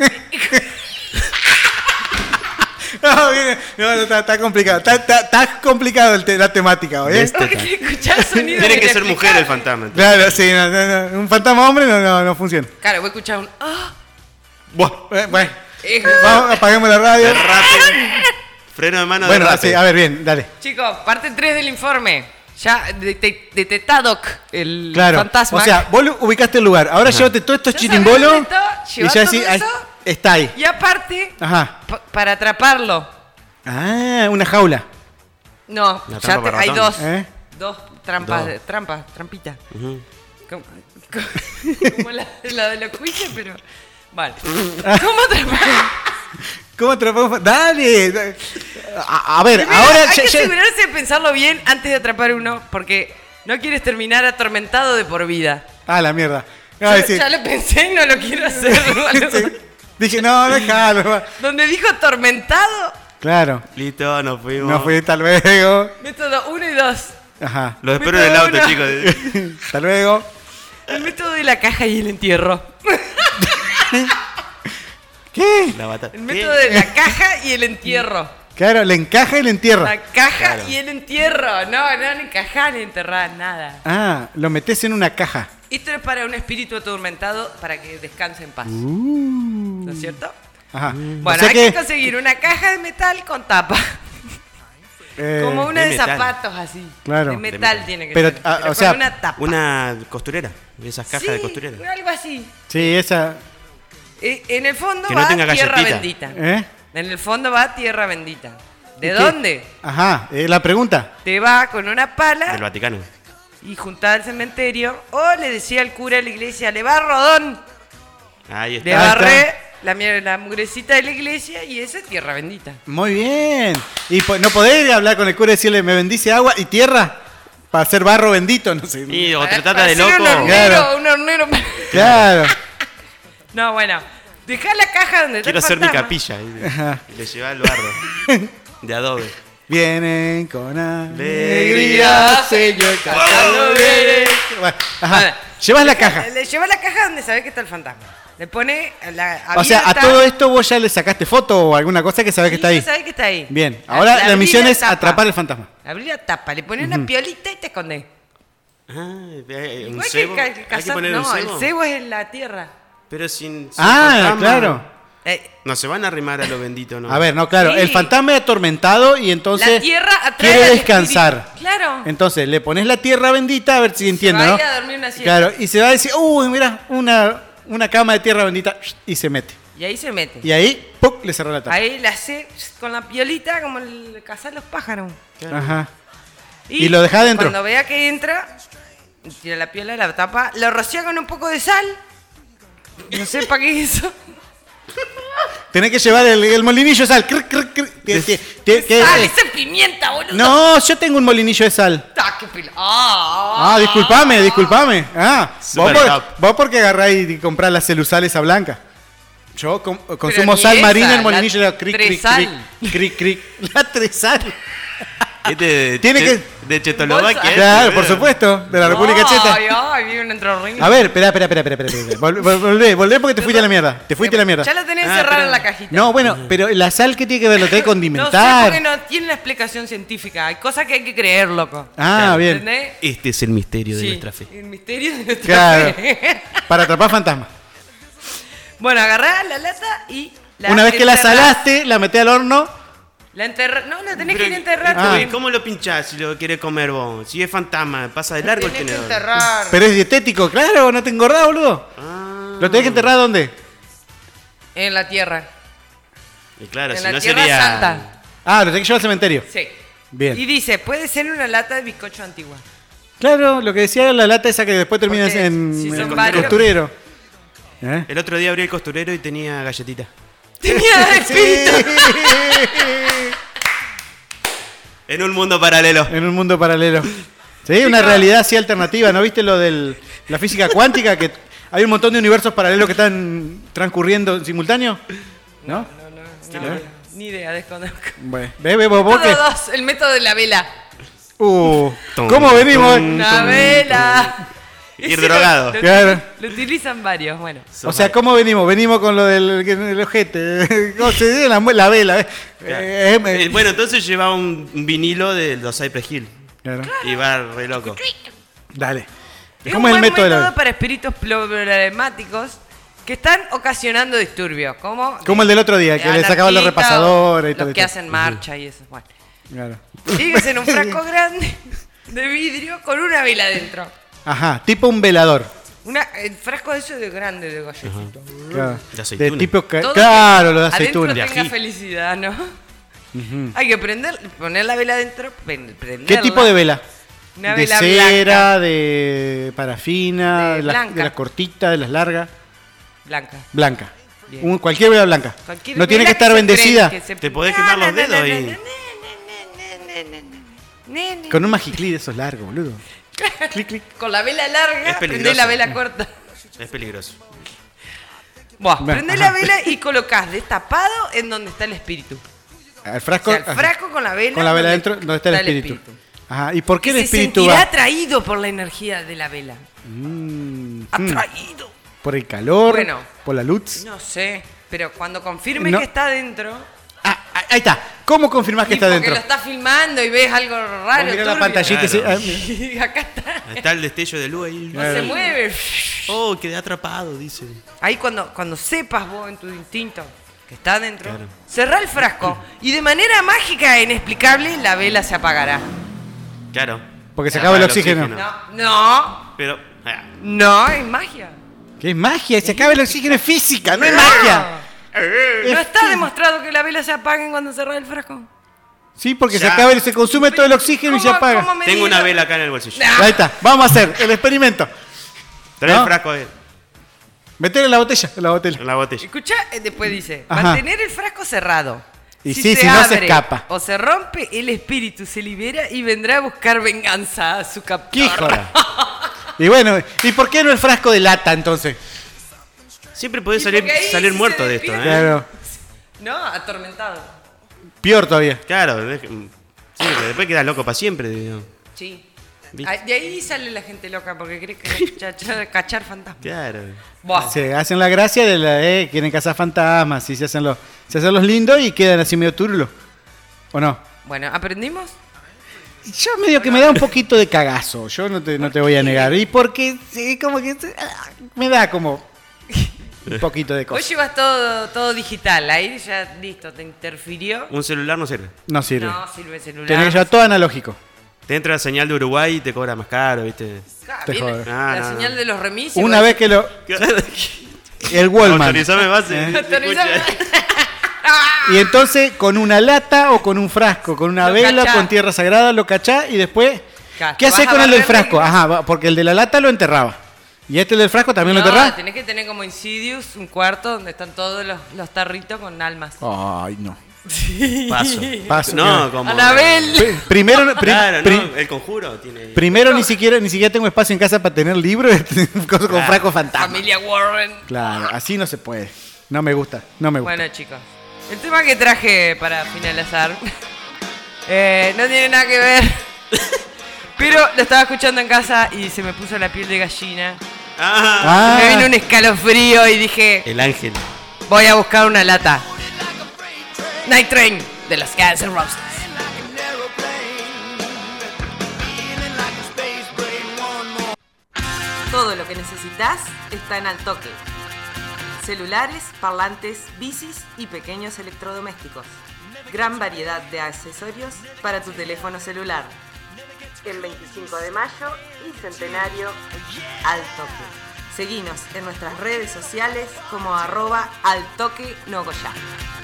No, viene- no, no, está, está complicado. Está, está- está complicado el te- la temática hoy, ¿eh? Destetar. Porque te escuchás el sonido. Tiene de que la ser mujer el fantasma. entonces. Claro, sí, no, no, no. Un fantasma hombre no, no, no funciona. Claro, voy a escuchar un. ¡Ah! Buah, eh, bueno, Eh, vamos, apaguemos la radio. Freno de mano Bueno, de rape. sí, a ver, bien, dale. Chicos, parte tres del informe. Ya dete- detectado el Claro. fantasma. O sea, vos lo ubicaste el lugar. Ahora llévate todos estos Ya sabés chirimbolos dónde está, y llevás ya todo decís, ahí, eso. está ahí. Y aparte, Ajá. pa- para atraparlo. Ah, una jaula. No, Una ya trampa te- para hay ratón. dos. ¿Eh? Dos trampas, Dos. de- trampas, trampitas. Ujú. Como, como- como la, la de los quizzes, pero. Vale. ¿Cómo atrapar? ¿Cómo atrapamos? Dale. dale. A, a ver, Primero, ahora hay ya- que ya- asegurarse de pensarlo bien antes de atrapar uno, porque no quieres terminar atormentado de por vida. Ah, la mierda. Yo Ay, sí. ya lo pensé y no lo quiero hacer. Sí. Dije, no, déjalo. Donde dijo atormentado, Claro. Listo, nos fuimos. No fui, hasta luego. método uno y dos. Ajá. Los espero en el Método auto, uno. chicos. Hasta luego. El método de la caja y el entierro. ¿Qué? La batata. El método de la caja y el entierro. Claro, le encaja y le entierra. La caja y el entierro. No, no, ni encajar ni enterrar, nada. Ah, lo metes en una caja. Esto es para un espíritu atormentado para que descanse en paz. Uh. ¿No es cierto? Ajá. Bueno, O sea hay que, que conseguir una caja de metal con tapa. eh, Como una de de, metal. zapatos así. Claro. De De metal metal. tiene que Pero, ser. ah, Pero o sea, con una tapa. Una costurera. De esas cajas Sí, de costurera. algo así. Sí, esa. Eh, En el fondo Que no va tenga tierra galletita. bendita. ¿Eh? En el fondo va tierra bendita. ¿De ¿Y qué? dónde? Ajá, eh, la pregunta. Te va con una pala Del Vaticano. y juntada al cementerio. O le decía al cura de la iglesia, le va rodón. Ahí está. Le Ahí barré la, mier- la mugrecita de la iglesia y esa es tierra bendita. Muy bien. ¿Y po- no podés hablar con el cura y decirle, me bendice agua y tierra? Para hacer barro bendito, no sé. Y o Para- te trata para de ser loco. Un hornero, Claro. un hornero. Claro. No, bueno. Dejá la caja donde está Quiero el hacer mi fantasma. capilla. Y Ajá. y le lleva el barro. De adobe. Vienen con Alegría, alegría, señor cantando viene. Bueno, ajá. Vale. Llevas la caja. Le lleva la caja donde sabés que está el fantasma. Le pone la abierta. O sea, a todo esto vos ya le sacaste foto o alguna cosa que sabés que está ahí. sabés que está ahí. Bien, La- ahora le la abrí misión es tapa. atrapar el fantasma. Abrí la tapa, le pone una piolita y te escondes. Ah, eh, un Igual cebo. que, ca- Hay que cazar- poner no, un cebo. el cebo es en la tierra. Pero sin. sin Ah, fantasma, claro. Eh, No se van a arrimar a lo bendito, ¿no? A ver, no, claro. Sí. El fantasma es atormentado y entonces la tierra atrae quiere al descansar. espíritu. Claro. Entonces le pones la tierra bendita a ver si entiende, va a ¿no? ir a dormir una siesta. Claro, y se va a decir, uy, mira, una una cama de tierra bendita y se mete. Y ahí se mete. Y ahí, ¡pum!, le cerró la tapa. Ahí la hace con la piolita como el cazar los pájaros. Ajá. Y, y lo deja adentro. Cuando vea que entra, tira la piola, la tapa, lo rocía con un poco de sal. No sé para qué es eso. Tenés que llevar el, el molinillo de sal. Cr, cr, cr, que, que, que, que, sal, esa es pimienta, boludo. No, yo tengo un molinillo de sal. Ah, qué pila. Ah, Ah, disculpame, disculpame. Ah, vos, Super por- top. vos porque agarrás y comprás la celusal esa blanca. Yo com- consumo ni sal esa, marina, el la molinillo de cric, cric, tresal. cric, cric, cric. La tresal. Este de, Tiene de- que- de Checoslovaquia. Claro, este, por supuesto, de la República Checa. Ay, ay, vive un entrerriano. A ver, espera, espera, espera, espera, espera, espera. Vol- vol- Volvé, volvé porque te fuiste a la mierda. Te fuiste a la mierda. Ya lo tenés Ah, cerrado pero- en la cajita. No, bueno, pero la sal, ¿qué tiene que ver? Lo tenés que No sé condimentar. porque no tiene una explicación científica. Hay cosas que hay que creer, loco. Ah, bien. ¿Entendés? Este es el misterio de Sí, nuestra fe. el misterio de nuestra Claro. fe. Para atrapar fantasmas. Bueno, agarrás la lata y la Una vez que la enterrás- salaste, la metés al horno. La enterrás. No, la tenés Pero- que ir a enterrar. Ah. porque ¿Cómo lo pinchás si lo querés comer vos? Si es fantasma, pasa de largo el tenés que tenedor. enterrar. Pero es dietético, claro, no te engordás, boludo. Ah. ¿Lo tenés que enterrar dónde? En la tierra. Y claro, en si la no tierra sería. santa. Ah, lo tenés que llevar al cementerio. Sí. Bien. Y dice, puede ser una lata de bizcocho antigua. Claro, lo que decía era la lata esa que después termina Porque en, si son en varios- costurero. ¿Eh? El otro día abrí el costurero y tenía galletita. Tenía espíritu. En un mundo paralelo. En un mundo paralelo. Sí, una realidad así alternativa. ¿No viste lo de la física cuántica? Que hay un montón de universos paralelos que están transcurriendo en simultáneo. ¿No? No, no, no, ni idea, desconozco. Bueno, ve, ve, vos, vos Método que- dos, el método de la vela. Uh, Tum, ¿cómo venimos? tum, Una vela. Ir Ese lo- drogado. Lo, Claro. lo utilizan varios, bueno. O sea, ¿cómo venimos? Venimos con lo del el ojete. ¿Cómo se dice? La, la vela. ¿eh? Eh, eh, Eh, bueno, entonces llevaba un, un vinilo de los Cypress Hill. claro. Y va re loco. Dale. Es ¿Cómo un es el buen método de método la para espíritus problemáticos que están ocasionando disturbios. Como, Como el del otro día, que le sacaban los anarquistas repasadores y o todo Los que esto. hacen marcha y eso. Bueno. Claro. Sigues en un frasco grande de vidrio con una vela dentro. Ajá, tipo un velador. Una, el frasco de eso de grande de galletita. Claro. De aceituna. De tipo, ca- Todo claro, que lo de adentro aceituna. De tenga ají. felicidad, ¿no? Ujú. Hay que prender, poner la vela dentro, pen- ¿Qué prenderla. tipo de vela? Una de vela cera, de parafina, De de, las, blanca. de las cortitas, de las largas. blanca. Blanca. Bien. Un- cualquier vela blanca. Cualquier no tiene vela que estar se bendecida. prende, que se- Te podés quemar los dedos ahí. Nene. Con un magiclí de esos largos, boludo. Clic, clic. Con la vela larga, Es prendés peligroso. la vela corta. Es peligroso. Buah, Bueno, prendés ajá. la vela y colocás destapado en donde está el espíritu. El O frasco. sea, el ajá. frasco con la vela. Con la vela donde dentro, donde está el espíritu. Ajá. ¿Y por qué Que el se espíritu sentirá va? atraído por la energía de la vela. Mm, mm. Atraído. Por el calor, Bueno. por la luz. No sé, pero cuando confirme No. que está dentro. Ah, ah, ahí está. ¿Cómo confirmás que y está porque dentro? lo estás filmando y ves algo raro. Mirá la turbio. pantallita y se- Claro. ah, mira. Y acá está. Está el destello de luz ahí. No se mueve. Oh, quedé atrapado, dice. Ahí cuando, cuando sepas vos en tu instinto que está dentro, Claro. cerrá el frasco y de manera mágica e inexplicable la vela se apagará. Claro. Porque se acaba el oxígeno. No, no, Pero. ah, no, es magia. ¿Qué es magia? Se acaba el oxígeno, es física, no es magia. ¿No está demostrado que la vela se apaguen cuando cerrás el frasco? Sí, porque se Ya. acaba, se consume todo el oxígeno y se ¿Cómo- apaga. cómo me Tengo digo? una vela acá en el bolsillo. Nah. Ahí está, vamos a hacer el experimento. Trae ¿No? el frasco ahí, Meter en la botella, en la botella. en la botella. Escucha, eh, después dice, Ajá. mantener el frasco cerrado. Y sí, si no se escapa. O se rompe, el espíritu se libera y vendrá a buscar venganza a su captor. ¡Qué híjola! Y bueno, ¿y por qué no el frasco de lata entonces? Siempre podés Y salir, porque ahí salir sí muerto se de esto, ¿eh? despierta. Claro, No, atormentado. peor todavía. Claro, de- sí, pero después quedas loco para siempre. Digo. Sí. ¿Viste? Ah, de ahí sale la gente loca porque cree que cachar, cachar fantasmas. Claro. Buah. Se hacen la gracia de la, eh, quieren cazar fantasmas y se hacen los, se hacen los lindos y quedan así medio turulos. ¿O no? Bueno, ¿aprendimos? Yo medio que me da un poquito de cagazo, yo no te, no te voy a negar. Y porque sí, como que ah, me da como un poquito de Hoy cosa. llevas todo, todo digital, ahí ya listo, te interfirió. Un celular no sirve. No sirve. No sirve el celular. Tenés ya todo analógico. Te entra la señal de Uruguay y te cobra más caro, ¿viste? Ah, Te viene joder. Ah, la no, no. señal de los remises. Una vez que lo... el Wallman. Autorizame base. ¿Eh? Autorizame. Y entonces con una lata o con un frasco, con una Lo vela, cachá. con tierra sagrada, lo cachá y después... Claro, ¿Qué te haces vas a con el del barrer frasco? de- Ajá, va- porque el de la lata lo enterraba. ¿Y este el del frasco también lo No, enterraba? tenés que tener como Insidious un cuarto donde están todos los, los tarritos con almas. Ay, no. Paso. Paso. No, como. Anabel. Pri- Primero, pri- Claro, pri- no, el conjuro tiene. primero ni siquiera ni siquiera tengo espacio en casa para tener libros con Claro. frasco fantasma. Familia Warren. Claro, así no se puede. No me gusta, no me gusta. Bueno, chicos, el tema que traje para finalizar eh, no tiene nada que ver, pero lo estaba escuchando en casa y se me puso la piel de gallina. Ah, Me vino un escalofrío y dije, el ángel. voy a buscar una lata. Night Train de los Guns N' Roses. Todo lo que necesitas está en Altoque. Celulares, parlantes, bicis y pequeños electrodomésticos. Gran variedad de accesorios para tu teléfono celular. En veinticinco de mayo y Centenario, Altoque. Seguinos en nuestras redes sociales como arroba Altoque Nogoyá.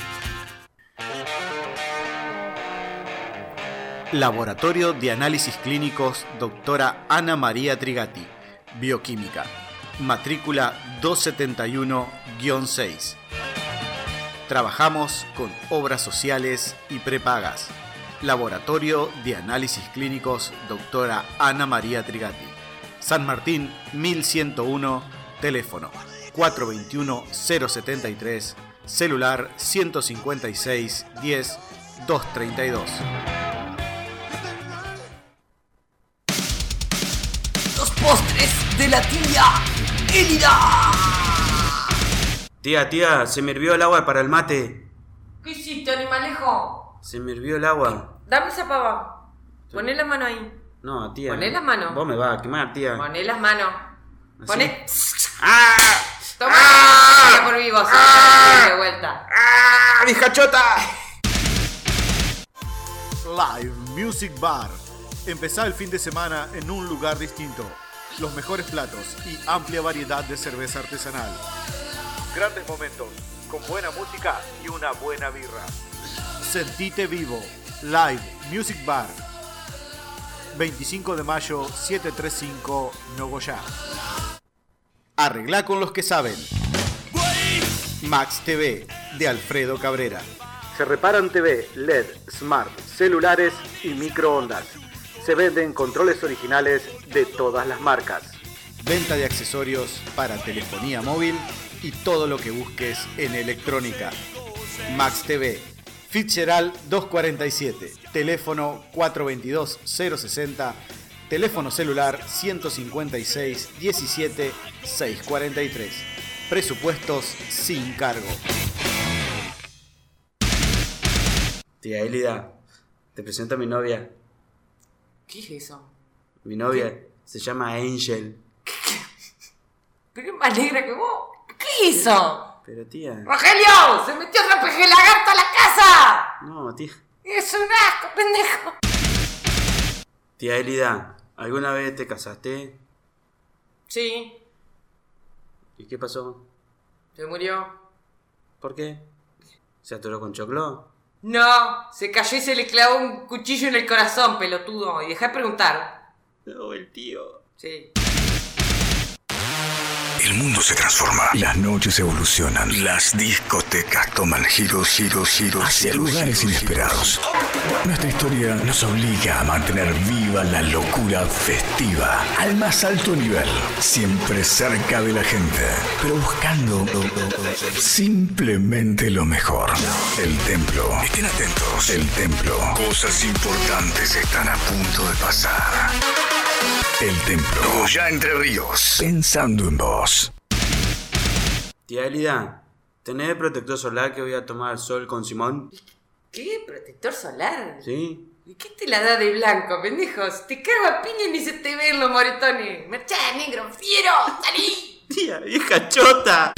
Laboratorio de Análisis Clínicos, doctora Ana María Trigati, Bioquímica, matrícula doscientos setenta y uno guión seis. Trabajamos con obras sociales y prepagas. Laboratorio de Análisis Clínicos, doctora Ana María Trigati, San Martín mil ciento uno, teléfono cuatro dos uno cero siete tres, celular ciento cincuenta y seis diez doscientos treinta y dos. Los postres de la tía Elida. Tía, tía, se me hirvió el agua para el mate. ¿Qué hiciste, animalejo? Se me hirvió el agua. Dame esa pava. Poné la mano ahí. No, tía. Poné las manos. Vos me vas a quemar, tía. Poné las manos. ¿Así? Poné. ¡Ah! Toma. ¡Ah! Por vivo, ¡ah! De vuelta. ¡Ah! ¡Vieja chota! Live Music Bar. Empezá el fin de semana en un lugar distinto. Los mejores platos y amplia variedad de cerveza artesanal. Grandes momentos, con buena música y una buena birra. Sentite vivo. Live Music Bar. veinticinco de mayo, setecientos treinta y cinco, Nogoyá. Arreglá con los que saben. Max T V, de Alfredo Cabrera. Se reparan T V, L E D, Smart, celulares y microondas. Se venden controles originales de todas las marcas. Venta de accesorios para telefonía móvil y todo lo que busques en electrónica. Max T V, Fitzgerald doscientos cuarenta y siete, teléfono cuatro dos dos cero seis cero, teléfono celular ciento cincuenta y seis diecisiete seiscientos cuarenta y tres. Presupuestos sin cargo. Tía Elida, te presento a mi novia. ¿Qué es eso? Mi novia se llama Angel. Pero es más negra que vos. ¿Qué hizo? Pero tía. ¡Rogelio! ¡Se metió otra peje lagarto a la casa! No, tía. ¡Es un asco, pendejo! Tía Elida, ¿alguna vez te casaste? Sí, ¿Y qué pasó? se murió. ¿Por qué? ¿Se atoró con choclo? No, se cayó y se le clavó un cuchillo en el corazón, pelotudo. Y dejá de preguntar. No, el tío. Sí. El mundo se transforma, las noches evolucionan, las discotecas toman giros, giros, giros hacia lugares inesperados. Nuestra historia nos obliga a mantener viva la locura festiva al más alto nivel, siempre cerca de la gente, pero buscando simplemente lo mejor. El templo, estén atentos, el templo, cosas importantes están a punto de pasar. El templo, ya Entre Ríos, pensando en vos. Tía Elida, ¿tenés protector solar que voy a tomar el sol con Simón? ¿Qué? ¿Protector solar? ¿Sí? ¿Y qué te la da de blanco, pendejos? Te cago a piña y ni se te ven los moretones. ¡Marchá, negro, fiero! ¡Salí! Tía, vieja chota.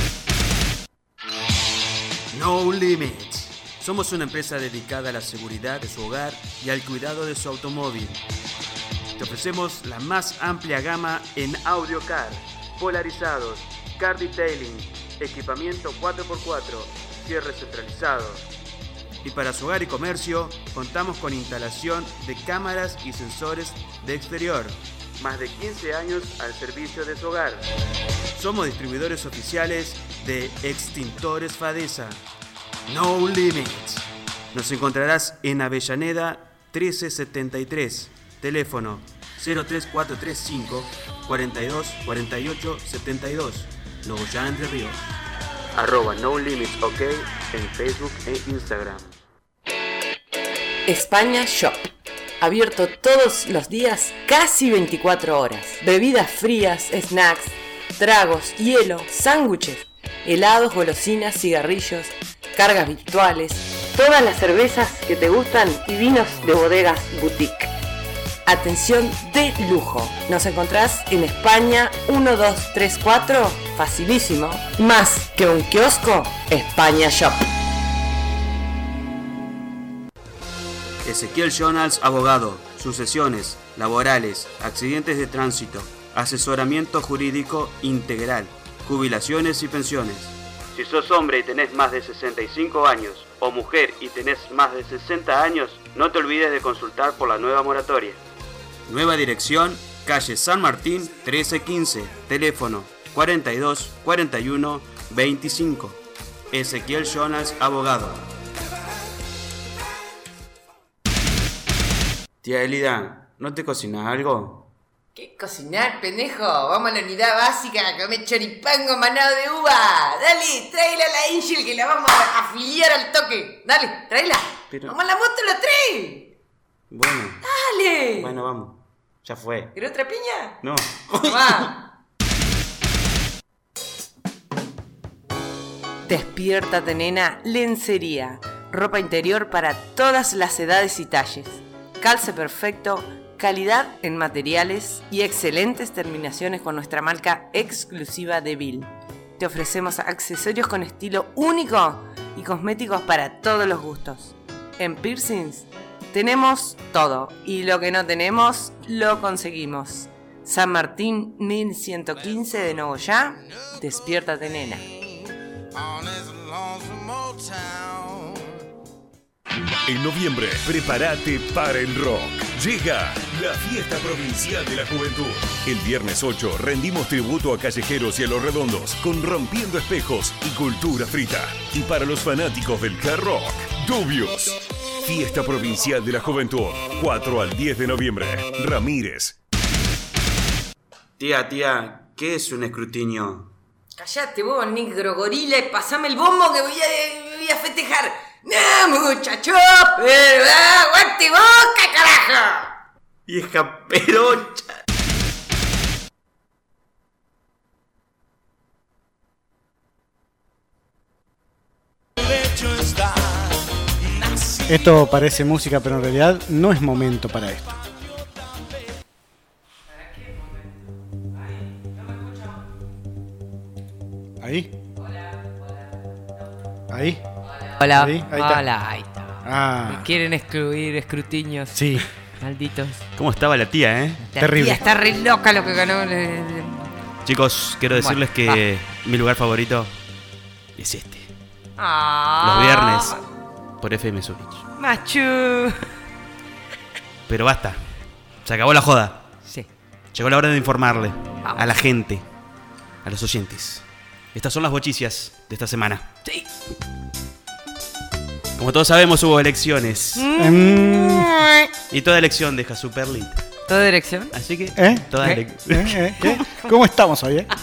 No Limits. Somos una empresa dedicada a la seguridad de su hogar y al cuidado de su automóvil. Te ofrecemos la más amplia gama en audio car, polarizados, car detailing, equipamiento cuatro por cuatro, cierres centralizados. Y para su hogar y comercio, contamos con instalación de cámaras y sensores de exterior. Más de quince años al servicio de su hogar. Somos distribuidores oficiales de Extintores Fadesa. No Limits. Nos encontrarás en Avellaneda trece setenta y tres. Teléfono cero tres cuatro tres cinco, cuarenta y dos, cuarenta y ocho, setenta y dos. Nogoyá, Entre Ríos. Arroba No Limits OK en Facebook e Instagram. España Shop. Abierto todos los días, casi veinticuatro horas. Bebidas frías, snacks, tragos, hielo, sándwiches, helados, golosinas, cigarrillos, cargas virtuales, todas las cervezas que te gustan y vinos de bodegas boutique. Atención de lujo. Nos encontrás en España uno dos tres cuatro, facilísimo. Más que un kiosco, España Shop. Ezequiel Jonas, abogado, sucesiones, laborales, accidentes de tránsito, asesoramiento jurídico integral, jubilaciones y pensiones. Si sos hombre y tenés más de sesenta y cinco años, o mujer y tenés más de sesenta años, no te olvides de consultar por la nueva moratoria. Nueva dirección, calle San Martín trece quince, teléfono cuarenta y dos, cuarenta y uno, veinticinco. Ezequiel Jonas, abogado. Tía Elida, ¿no te cocinas algo? ¿Qué cocinar, pendejo? Vamos a la unidad básica a comer choripán con manado de uva. Dale, tráela a la Angel que la vamos a afiliar al toque. Dale, tráela. Pero... Vamos a la moto, la trae. Bueno. Dale. Bueno, vamos. Ya fue. ¿Querés otra piña? No. Va. Despiértate, nena, lencería. Ropa interior para todas las edades y talles. Calce perfecto, calidad en materiales y excelentes terminaciones con nuestra marca exclusiva de Bill. Te ofrecemos accesorios con estilo único y cosméticos para todos los gustos. En piercings tenemos todo y lo que no tenemos lo conseguimos. San Martín mil ciento quince de Nogoyá, despiértate, nena. En noviembre, prepárate para el rock. Llega la Fiesta Provincial de la Juventud. El viernes ocho rendimos tributo a callejeros y a los redondos con Rompiendo Espejos y Cultura Frita. Y para los fanáticos del hard rock, Dubious. Fiesta Provincial de la Juventud, cuatro al diez de noviembre. Ramírez. Tía, tía, ¿qué es un escrutinio? Callate vos, negro gorila, y pasame el bombo que voy a, voy a festejar. ¡No, muchacho! ¡Pero aguante boca, carajo! ¡Vieja perocha! Esto parece música, pero en realidad no es momento para esto. Ahí. Ahí. Hola, ahí, ahí está. hola, ahí está. Ah. Me quieren excluir escrutinios. Sí. Malditos. ¿Cómo estaba la tía, eh? La Terrible. tía está re loca lo que ganó. Chicos, quiero decirles Bueno, que mi lugar favorito es este. Ah. Los viernes por F M Zurich. Machu. Pero basta. Se acabó la joda. Sí. Llegó la hora de informarle Vamos. a la gente, a los oyentes. Estas son las bochicias de esta semana. Sí. Como todos sabemos, hubo elecciones. Mm. Y toda elección deja su perlita. ¿Toda dirección? Así que, ¿Eh? toda ¿Eh? elección. ¿Eh? ¿Eh? ¿Eh? ¿Cómo estamos hoy, eh?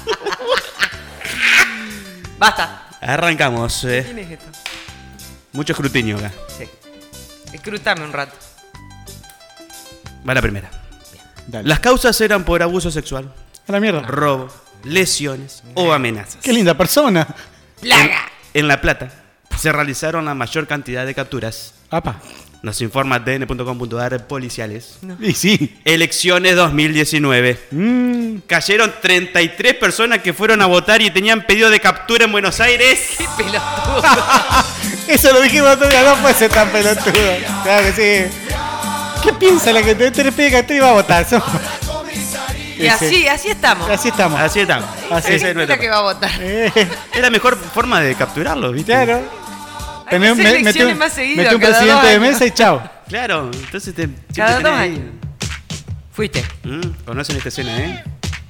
Basta. Arrancamos. ¿Quién Eh. es esto? Mucho escrutinio acá. Sí. Escrutame un rato. Va la primera. Dale. Las causas eran por abuso sexual, A la mierda. robo, lesiones o amenazas. Qué linda persona. ¡Plaga! En La Plata se realizaron la mayor cantidad de capturas. Apa. Nos informa D N punto com punto A R policiales. Y sí. Elecciones dos mil diecinueve. Mm. Cayeron treinta y tres personas que fueron a votar y tenían pedido de captura en Buenos Aires. ¡Qué pelotudo! Eso lo dijimos otro día, no puede ser tan pelotudo. Claro que sí. ¿Qué piensa la que te, te le pide que te iba a votar? Son- Y así, así estamos. Así estamos. Así estamos. Así Ese es nuestro- la que va a votar. Eh, Es la mejor forma de capturarlo, ¿viste? claro. Hay que hacer elecciones más seguido, mete un cada presidente dos de años. mesa y chao. Claro, entonces te. siempre Cada tenés dos ahí. años. Fuiste. Mm, Conocen esta escena, ¿eh?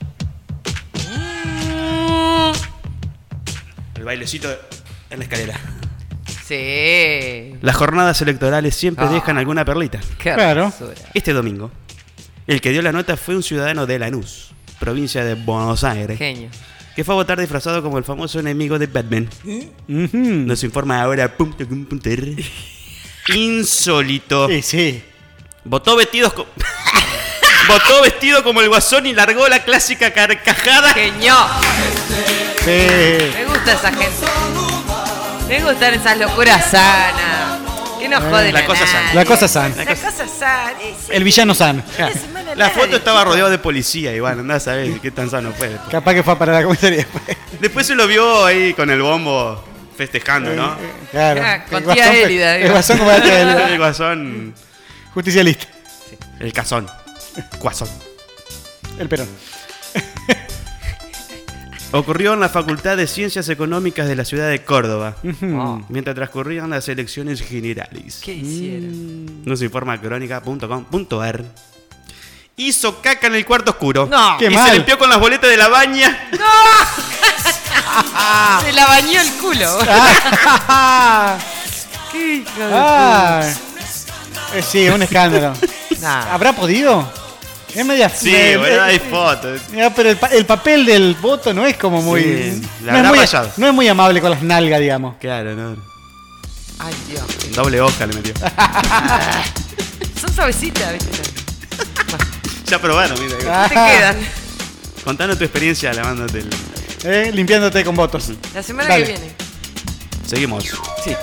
El bailecito en la escalera. Sí. Las jornadas electorales siempre Ah. dejan alguna perlita. Qué Claro. hermosura. Este domingo, el que dio la nota fue un ciudadano de Lanús, provincia de Buenos Aires, Genio. que fue a votar disfrazado como el famoso enemigo de Batman. Ujú. Nos informa ahora punto com punto r. Insólito. Sí, sí. Votó vestidos co- Votó vestido como el guasón y largó la clásica carcajada. Genio. Sí. Me gusta esa gente. Me gustan esas locuras sanas. Que no joden la a cosa nadie. sana. La cosa sana. La cosa sana. eh, sí. El villano sano. Una semana La larga. foto estaba rodeado de policía y bueno, andá a saber qué tan sano fue después. Capaz que fue para la comisaría. Después se lo vio ahí con el bombo festejando, ¿no? Claro. Ah, con El tía guasón- Élida, El digo. guasón como la tía Élida. El guasón. Justicialista. El cazón. Guasón. El Perón. Ocurrió en la Facultad de Ciencias Económicas de la ciudad de Córdoba, Oh, mientras transcurrían las elecciones generales. ¿Qué hicieron? Nos informa crónica punto com punto ar. Hizo caca en el cuarto oscuro. No. Qué y mal. se limpió con las boletas de la baña. Se la bañó el culo. Ah, Qué hijo de ah. Eh, sí, un escándalo. puta. Nah. ¿Habrá podido? Es media. Sí, me- bueno, eh, hay eh, fotos. ya, pero el, pa- el papel del voto no es como muy. Sí, la no, es habrá muy rayado. no es muy amable con las nalgas, digamos. Claro, no. Ay, Dios. Doble hoja le metió. Son suavecitas, ¿viste? Ya probaron, mira. Ah. Te quedan. Contanos tu experiencia lavándote el. Eh, limpiándote con votos. La semana Dale. que viene. Seguimos. Sí.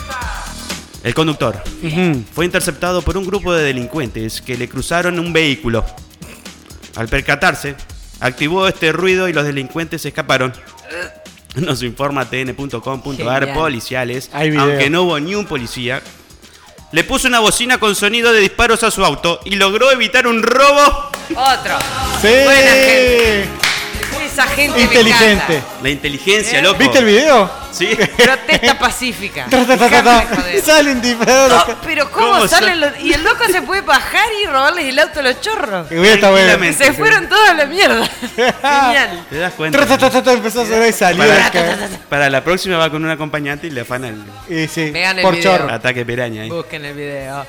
El conductor Ujú. fue interceptado por un grupo de delincuentes que le cruzaron un vehículo. Al percatarse, activó este ruido y los delincuentes escaparon. Nos informa t n punto com punto ar. Genial. Policiales, Hay video. aunque no hubo ni un policía, le puso una bocina con sonido de disparos a su auto y logró evitar un robo. Otro. Sí. Buena gente. Esa gente Inteligente. me encanta. La inteligencia, ¿Eh? loco. ¿Viste el video? Sí. Protesta pacífica. Ta, ta, ta, ta, Déjame ta. joder. Salen disparadores. No, pero ¿cómo, ¿Cómo salen sal- los...? Y el loco se puede bajar y robarles el auto a los chorros. Que hubiera estado bueno. Que se fueron todos a la mierda. Genial. ¿Te das cuenta? Ta, ta, ta, ta, ta, empezó a sonar y salió. Para, del ca- para la próxima va con un acompañante y le afana el Y sí, Vean el por video. chorro. ataque piraña ahí. Busquen el video.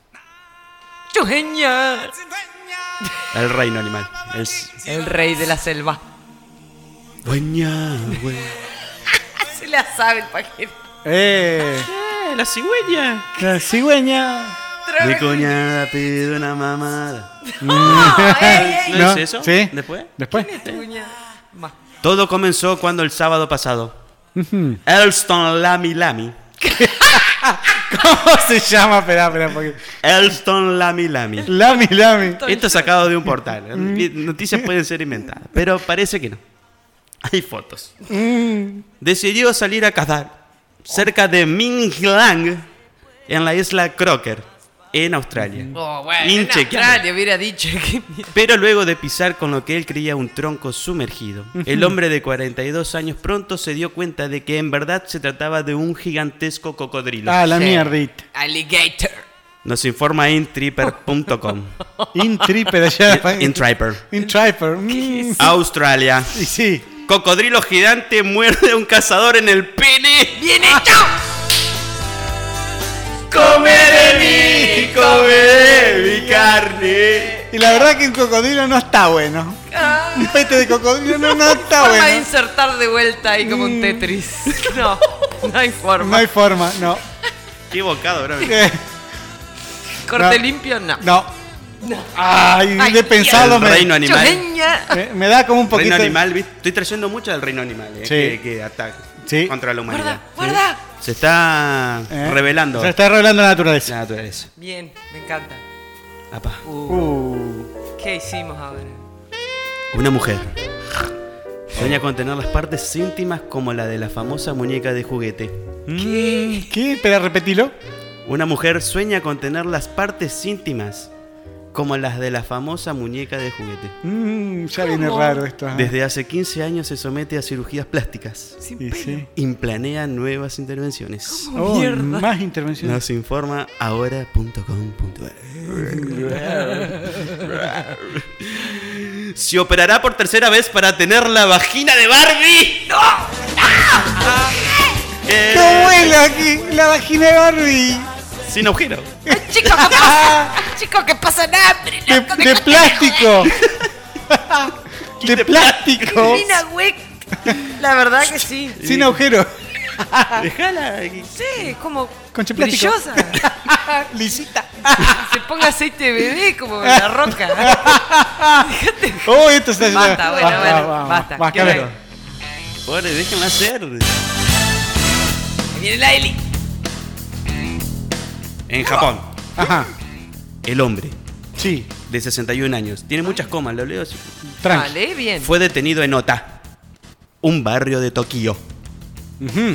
¡Yo genial! El reino animal. El... El rey de la selva. Dueña, güey. Se la sabe el paquete. Eh, Eh, la cigüeña. la cigüeña. Mi cuñada pide una mamada. ¡Oh, ey, ey! ¿No, es eso? Sí. ¿Después? Después. Cuña. Ma. Todo comenzó cuando el sábado pasado, Ujú. Elston Lamy Lamy. ¿Cómo se llama? Espera, espera, porque. Elston Lamy Lamy. Lami, Lami. Esto es sacado de un portal. Noticias pueden ser inventadas, pero parece que no. Hay fotos. Mm. Decidió salir a cazar cerca de Minglang, en la isla Crocker, en Australia. Oh, bueno, en Inchequeable. Australia hubiera dicho que... Pero luego de pisar con lo que él creía un tronco sumergido, el hombre de cuarenta y dos años pronto se dio cuenta de que en verdad se trataba de un gigantesco cocodrilo. Ah, la Sí. mierdita. Alligator. Nos informa intripper punto com. Intripper allá. Intripper. Intripper. Mm. Australia. Y sí. Cocodrilo gigante muerde a un cazador en el pene. ¡Bien hecho! Come de mí, come de mi carne. Y la verdad que un cocodrilo no está bueno. Un pete de cocodrilo no, no está Forma de bueno. insertar de vuelta ahí como un Tetris. No, no hay forma. No hay forma, no. Qué bocado, bro. Eh, Corte no. limpio, no. No. Ay, Ay, de pensado El me, reino animal. Chujeña. me, me da como un poquito. Reino animal, ¿viste? Estoy trayendo mucho del reino animal, eh, Sí. que, que ataca Sí. contra la humanidad. Guarda, guarda. Se está Eh, revelando Se está revelando la naturaleza. la naturaleza. Bien, me encanta. Apa. Uh, Uh. ¿Qué hicimos ahora? Una mujer sueña con tener las partes íntimas como la de la famosa muñeca de juguete. ¿Qué? ¿Qué? Espera, repetilo. Una mujer sueña con tener las partes íntimas como las de la famosa muñeca de juguete. Mm, ya viene raro esto. ¿eh? Desde hace quince años se somete a cirugías plásticas. Y sí. Implanea nuevas intervenciones. Oh, más intervenciones. Nos informa ahora punto com punto a r. Se operará por tercera vez para tener la vagina de Barbie. ¡No! Eh, ¿Cómo es la, aquí, la vagina de Barbie? Sin agujero. Chicos, ¿qué pasa? Chicos, ¿qué pasa? Hambre, De, loco, de déjate plástico. De plástico. Lina, güey. La verdad que sí. Sin agujero. Déjala. Sí, como Concha de plástico. brillosa. Lisita. Se ponga aceite de bebé como la roca. Déjate. Oh, esto está Basta, bueno, Va, bueno, va, va, basta. va, ¿Qué cámara. va? Pobre, déjenla hacer. Ahí viene la Eli. En Japón, Ajá. el hombre Sí. de sesenta y un años, tiene muchas comas, lo leo así. Tranqui. Vale, bien. Fue detenido en Ota, un barrio de Tokio. Ujú.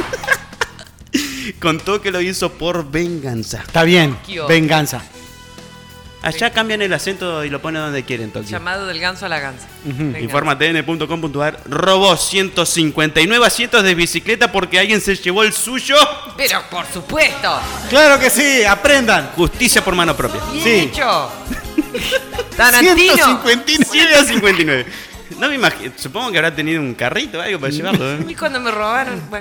Contó que lo hizo por venganza. Está bien. Tokio. Venganza. Allá cambian el acento y lo ponen donde quieren, Tokio. Llamado del ganso a la gansa. Ujú. Venga. Informa T N punto com punto a r. Robó ciento cincuenta y nueve asientos de bicicleta porque alguien se llevó el suyo. Pero por supuesto. Claro que sí, aprendan. Justicia por mano propia. Bien Sí. hecho. Tarantino. ciento cincuenta y nueve. ciento cincuenta y nueve. No me imagino. Supongo que habrá tenido un carrito o algo para llevarlo. ¿eh? Y cuando me robaron, bueno,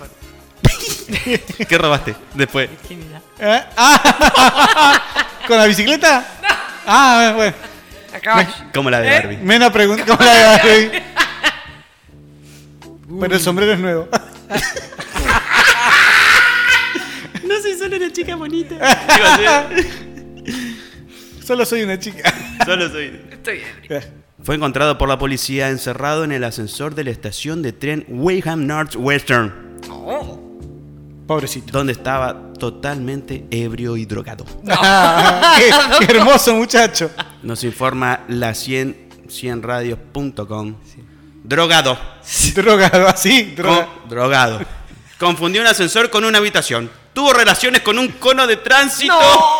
¿Qué robaste después? virginidad. ¿Eh? Ah. ¿Con la bicicleta? Ah, bueno. A caballo. Como la de ¿Eh? Barbie. Menos preguntas. ¿Cómo la de Barbie? Pero el sombrero es nuevo. No soy solo una chica bonita. Iba a ser- Solo soy una chica. Solo soy. Estoy bien. Fue encontrado por la policía encerrado en el ascensor de la estación de tren Weyham North Western, Pobrecito. donde estaba totalmente ebrio y drogado. Ah, qué, qué hermoso muchacho. Nos informa la cien, cien radios punto com. Drogado. Drogado, así. Droga. Con- drogado. Confundió un ascensor con una habitación. Tuvo relaciones con un cono de tránsito.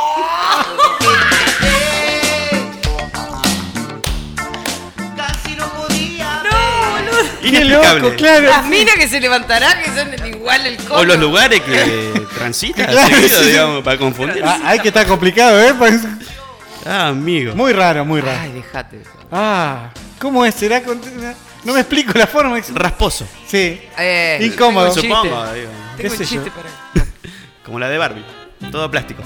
Qué Inexplicable. loco, claro. Las minas que se levantarán, que son igual el cono. O los lugares que transita Claro, seguido, sí. digamos, para confundir. Ah, hay que estar complicado, ¿eh? Pues- Ah, amigo. Muy raro, muy raro. Ay, déjate. Ah, ¿cómo es? ¿Será con... No me explico la forma. Rasposo. Sí. Eh, Incómodo. tengo un chiste. Supongo, digo. ¿Qué Tengo un sé yo? chiste para. Como la de Barbie. Todo plástico.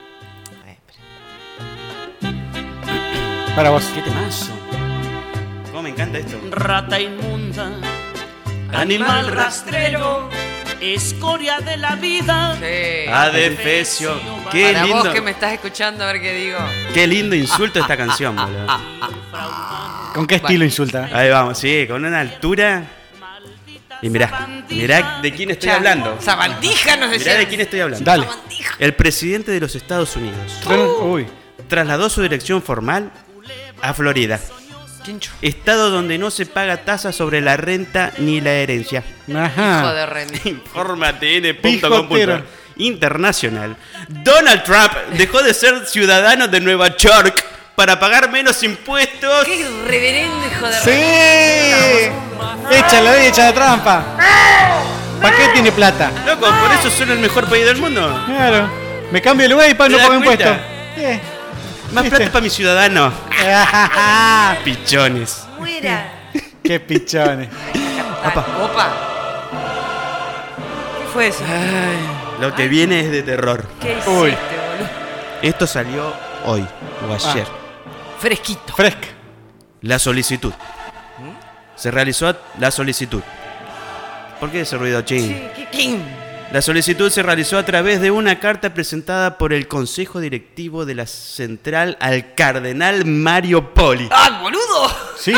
Para vos. ¿Qué temazo? ¿Cómo me encanta esto? Rata inmunda, Animal rastrero, escoria de la vida. Sí. Adefesio. Qué Para lindo. vos que me estás escuchando, a ver qué digo. Qué lindo insulto esta canción, boludo. ¿Con qué estilo insulta? Ahí vamos, sí, con una altura. Y mirá, mirá de quién estoy hablando. Sabandija nos Mirá decía. de quién estoy hablando. Dale. El presidente de los Estados Unidos Uy. trasladó su dirección formal a Florida, Quincho. estado donde no se paga tasa sobre la renta ni la herencia. Ajá. Hijo de renta. Informa T N punto com punto a r. Pijotero. Internacional. Donald Trump dejó de ser ciudadano de Nueva York para pagar menos impuestos. Qué reverendo hijo de ¡Sí! Échala ahí, echa la trampa. ¿Para qué tiene plata? Loco, por eso son el mejor país del mundo. Claro. Me cambio de lugar y pa- ¿Te no das pago impuestos. cuenta? Eh. Más ¿Viste? plata para mi ciudadano. Pichones. Fuera. Qué pichones. Opa. Opa. ¿Qué fue eso? Lo que viene es de terror. ¿Qué hiciste, Uy. boludo? Esto salió hoy o ayer. Fresquito. Fresca. La solicitud. Se realizó la solicitud. ¿Por qué ese ruido, ching? Sí, ¿qué- quién? La solicitud se realizó a través de una carta presentada por el Consejo Directivo de la Central al Cardenal Mario Poli. ¡Ah, boludo! Sí.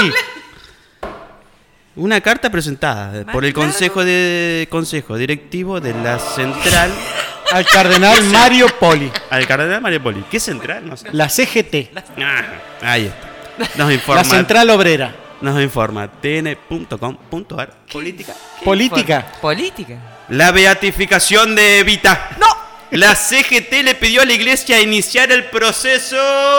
Una carta presentada por el Consejo de Consejo Directivo de la Central Al cardenal Mario Poli. al Cardenal Mario Poli. ¿Qué central? No sé. La C G T. Ah, ahí está. Nos informa. La Central Obrera. Nos informa T N punto com punto a r. Política. Política. Política. La beatificación de Evita. ¡No! La C G T le pidió a la iglesia iniciar el proceso.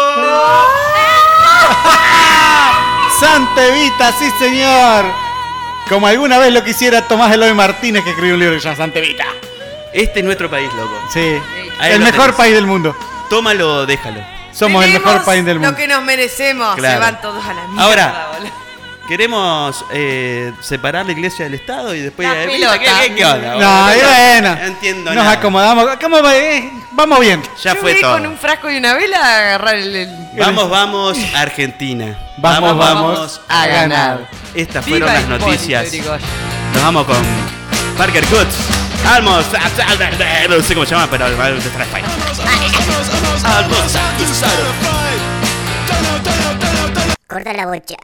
Santa Evita, sí señor. Como alguna vez lo quisiera Tomás Eloy Martínez, que escribió un libro que se llama Santa Evita. Este es nuestro país, loco. Sí, Ahí el lo mejor tenés. país del mundo. Tómalo, déjalo. Somos el Tenemos mejor país del mundo. Lo que nos merecemos. Claro. Se van todos a la mierda. Ahora, boludo. queremos eh, separar la iglesia del Estado y después... La eh, pelota. ¿Qué, qué, qué onda? No, y bueno. No entiendo Nos nada. acomodamos. ¿Cómo va? Eh, vamos bien. Ya Yo fue voy todo. con un frasco y una vela a agarrar el... el- Vamos, vamos, Argentina. Vamos, vamos a ganar. Estas fueron Viva las Hipólito noticias. Yrigoyen. Nos vamos con Parker Goods. Almost. No sé cómo se llama, pero Almost. Corta la bocha.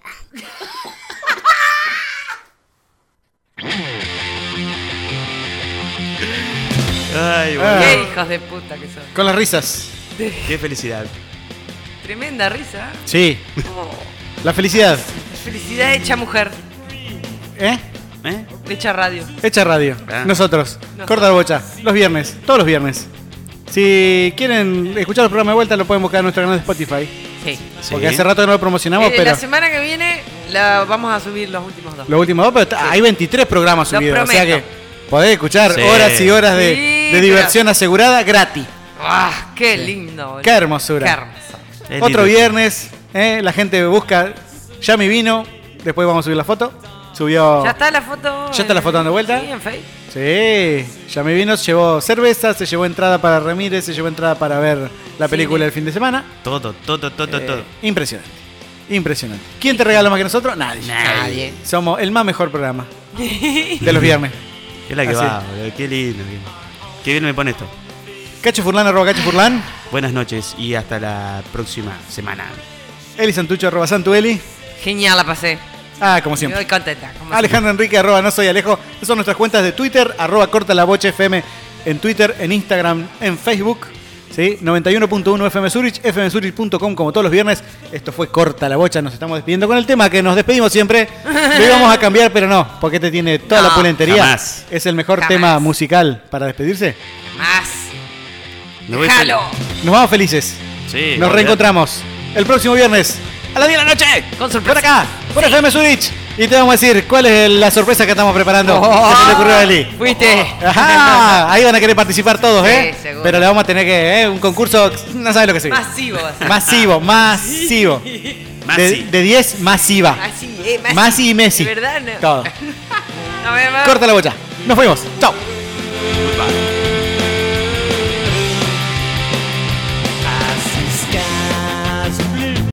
Ay, Ah. bueno. Qué hijos de puta que son. Con las risas. Qué felicidad. Tremenda risa. Sí. Oh, La felicidad. felicidad hecha mujer. ¿Eh? ¿Eh? Hecha radio. Hecha radio. Ah. Nosotros. Corta la bocha. Los viernes. Todos los viernes. Si quieren escuchar el programa de vuelta, lo pueden buscar en nuestro canal de Spotify. Sí. Porque hace rato que no lo promocionamos, Eh, pero La semana que viene la vamos a subir los últimos dos. los últimos dos, pero está- hay veintitrés programas Lo subidos. O sea prometo. que podés escuchar Sí. horas y horas de, Sí, de pero- diversión asegurada gratis. ¡Ah! ¡Qué lindo! boludo. Qué hermosura. Qué hermoso. Es lindo. Otro viernes, eh, la gente busca Ya mi vino. Después vamos a subir la foto. Subió. Ya está la foto. ¿Ya está la foto dando vuelta? Sí, en Facebook. Sí, ya me vino, se llevó cerveza, se llevó entrada para Ramírez, se llevó entrada para ver la película el fin de semana. Todo, todo, todo, Eh, todo. Impresionante, impresionante. ¿Quién te regala más que nosotros? Nadie. Nadie. Somos el más mejor programa de los viernes. Qué la que Así. va, boludo. Qué lindo. Qué, qué bien me pone esto. Cacho Furlan, arroba Cacho Furlan. Buenas noches y hasta la próxima semana. Eli Santucho, arroba Santueli. Genial, la pasé. Ah, como siempre. Estoy contenta. como Alejandro Enrique, arroba no soy Alejo. Esas son nuestras cuentas de Twitter, arroba corta la bocha F M en Twitter, en Instagram, en Facebook. ¿Sí? noventa y uno punto uno F M Zurich, f m zurich punto com como todos los viernes. Esto fue Corta la Bocha, nos estamos despidiendo con el tema que nos despedimos siempre. Lo íbamos a cambiar, pero no, porque este tiene toda No, la pulentería. jamás. Es el mejor Jamás. tema musical para despedirse. Más. Me voy Déjalo. Nos vamos felices. Sí, Nos olvidate. reencontramos el próximo viernes a las diez de la noche. Con Por sorpresa. acá, por F M Zurich. Y te vamos a decir cuál es la sorpresa que estamos preparando. Oh. ¿Qué se le ocurrió a Eli? Fuiste. Ajá, ahí van a querer participar todos, ¿eh? Sí, seguro. Pero le vamos a tener que, ¿eh? Un concurso, no sabes lo que se viene. Masivo va a ser. Masivo, masivo. Masi. De, de diez, masiva. Así, eh, Masi. Masi y Messi. De verdad, no. Todo. Nos vemos. Corta la bocha. Nos fuimos. Chao. Goodbye.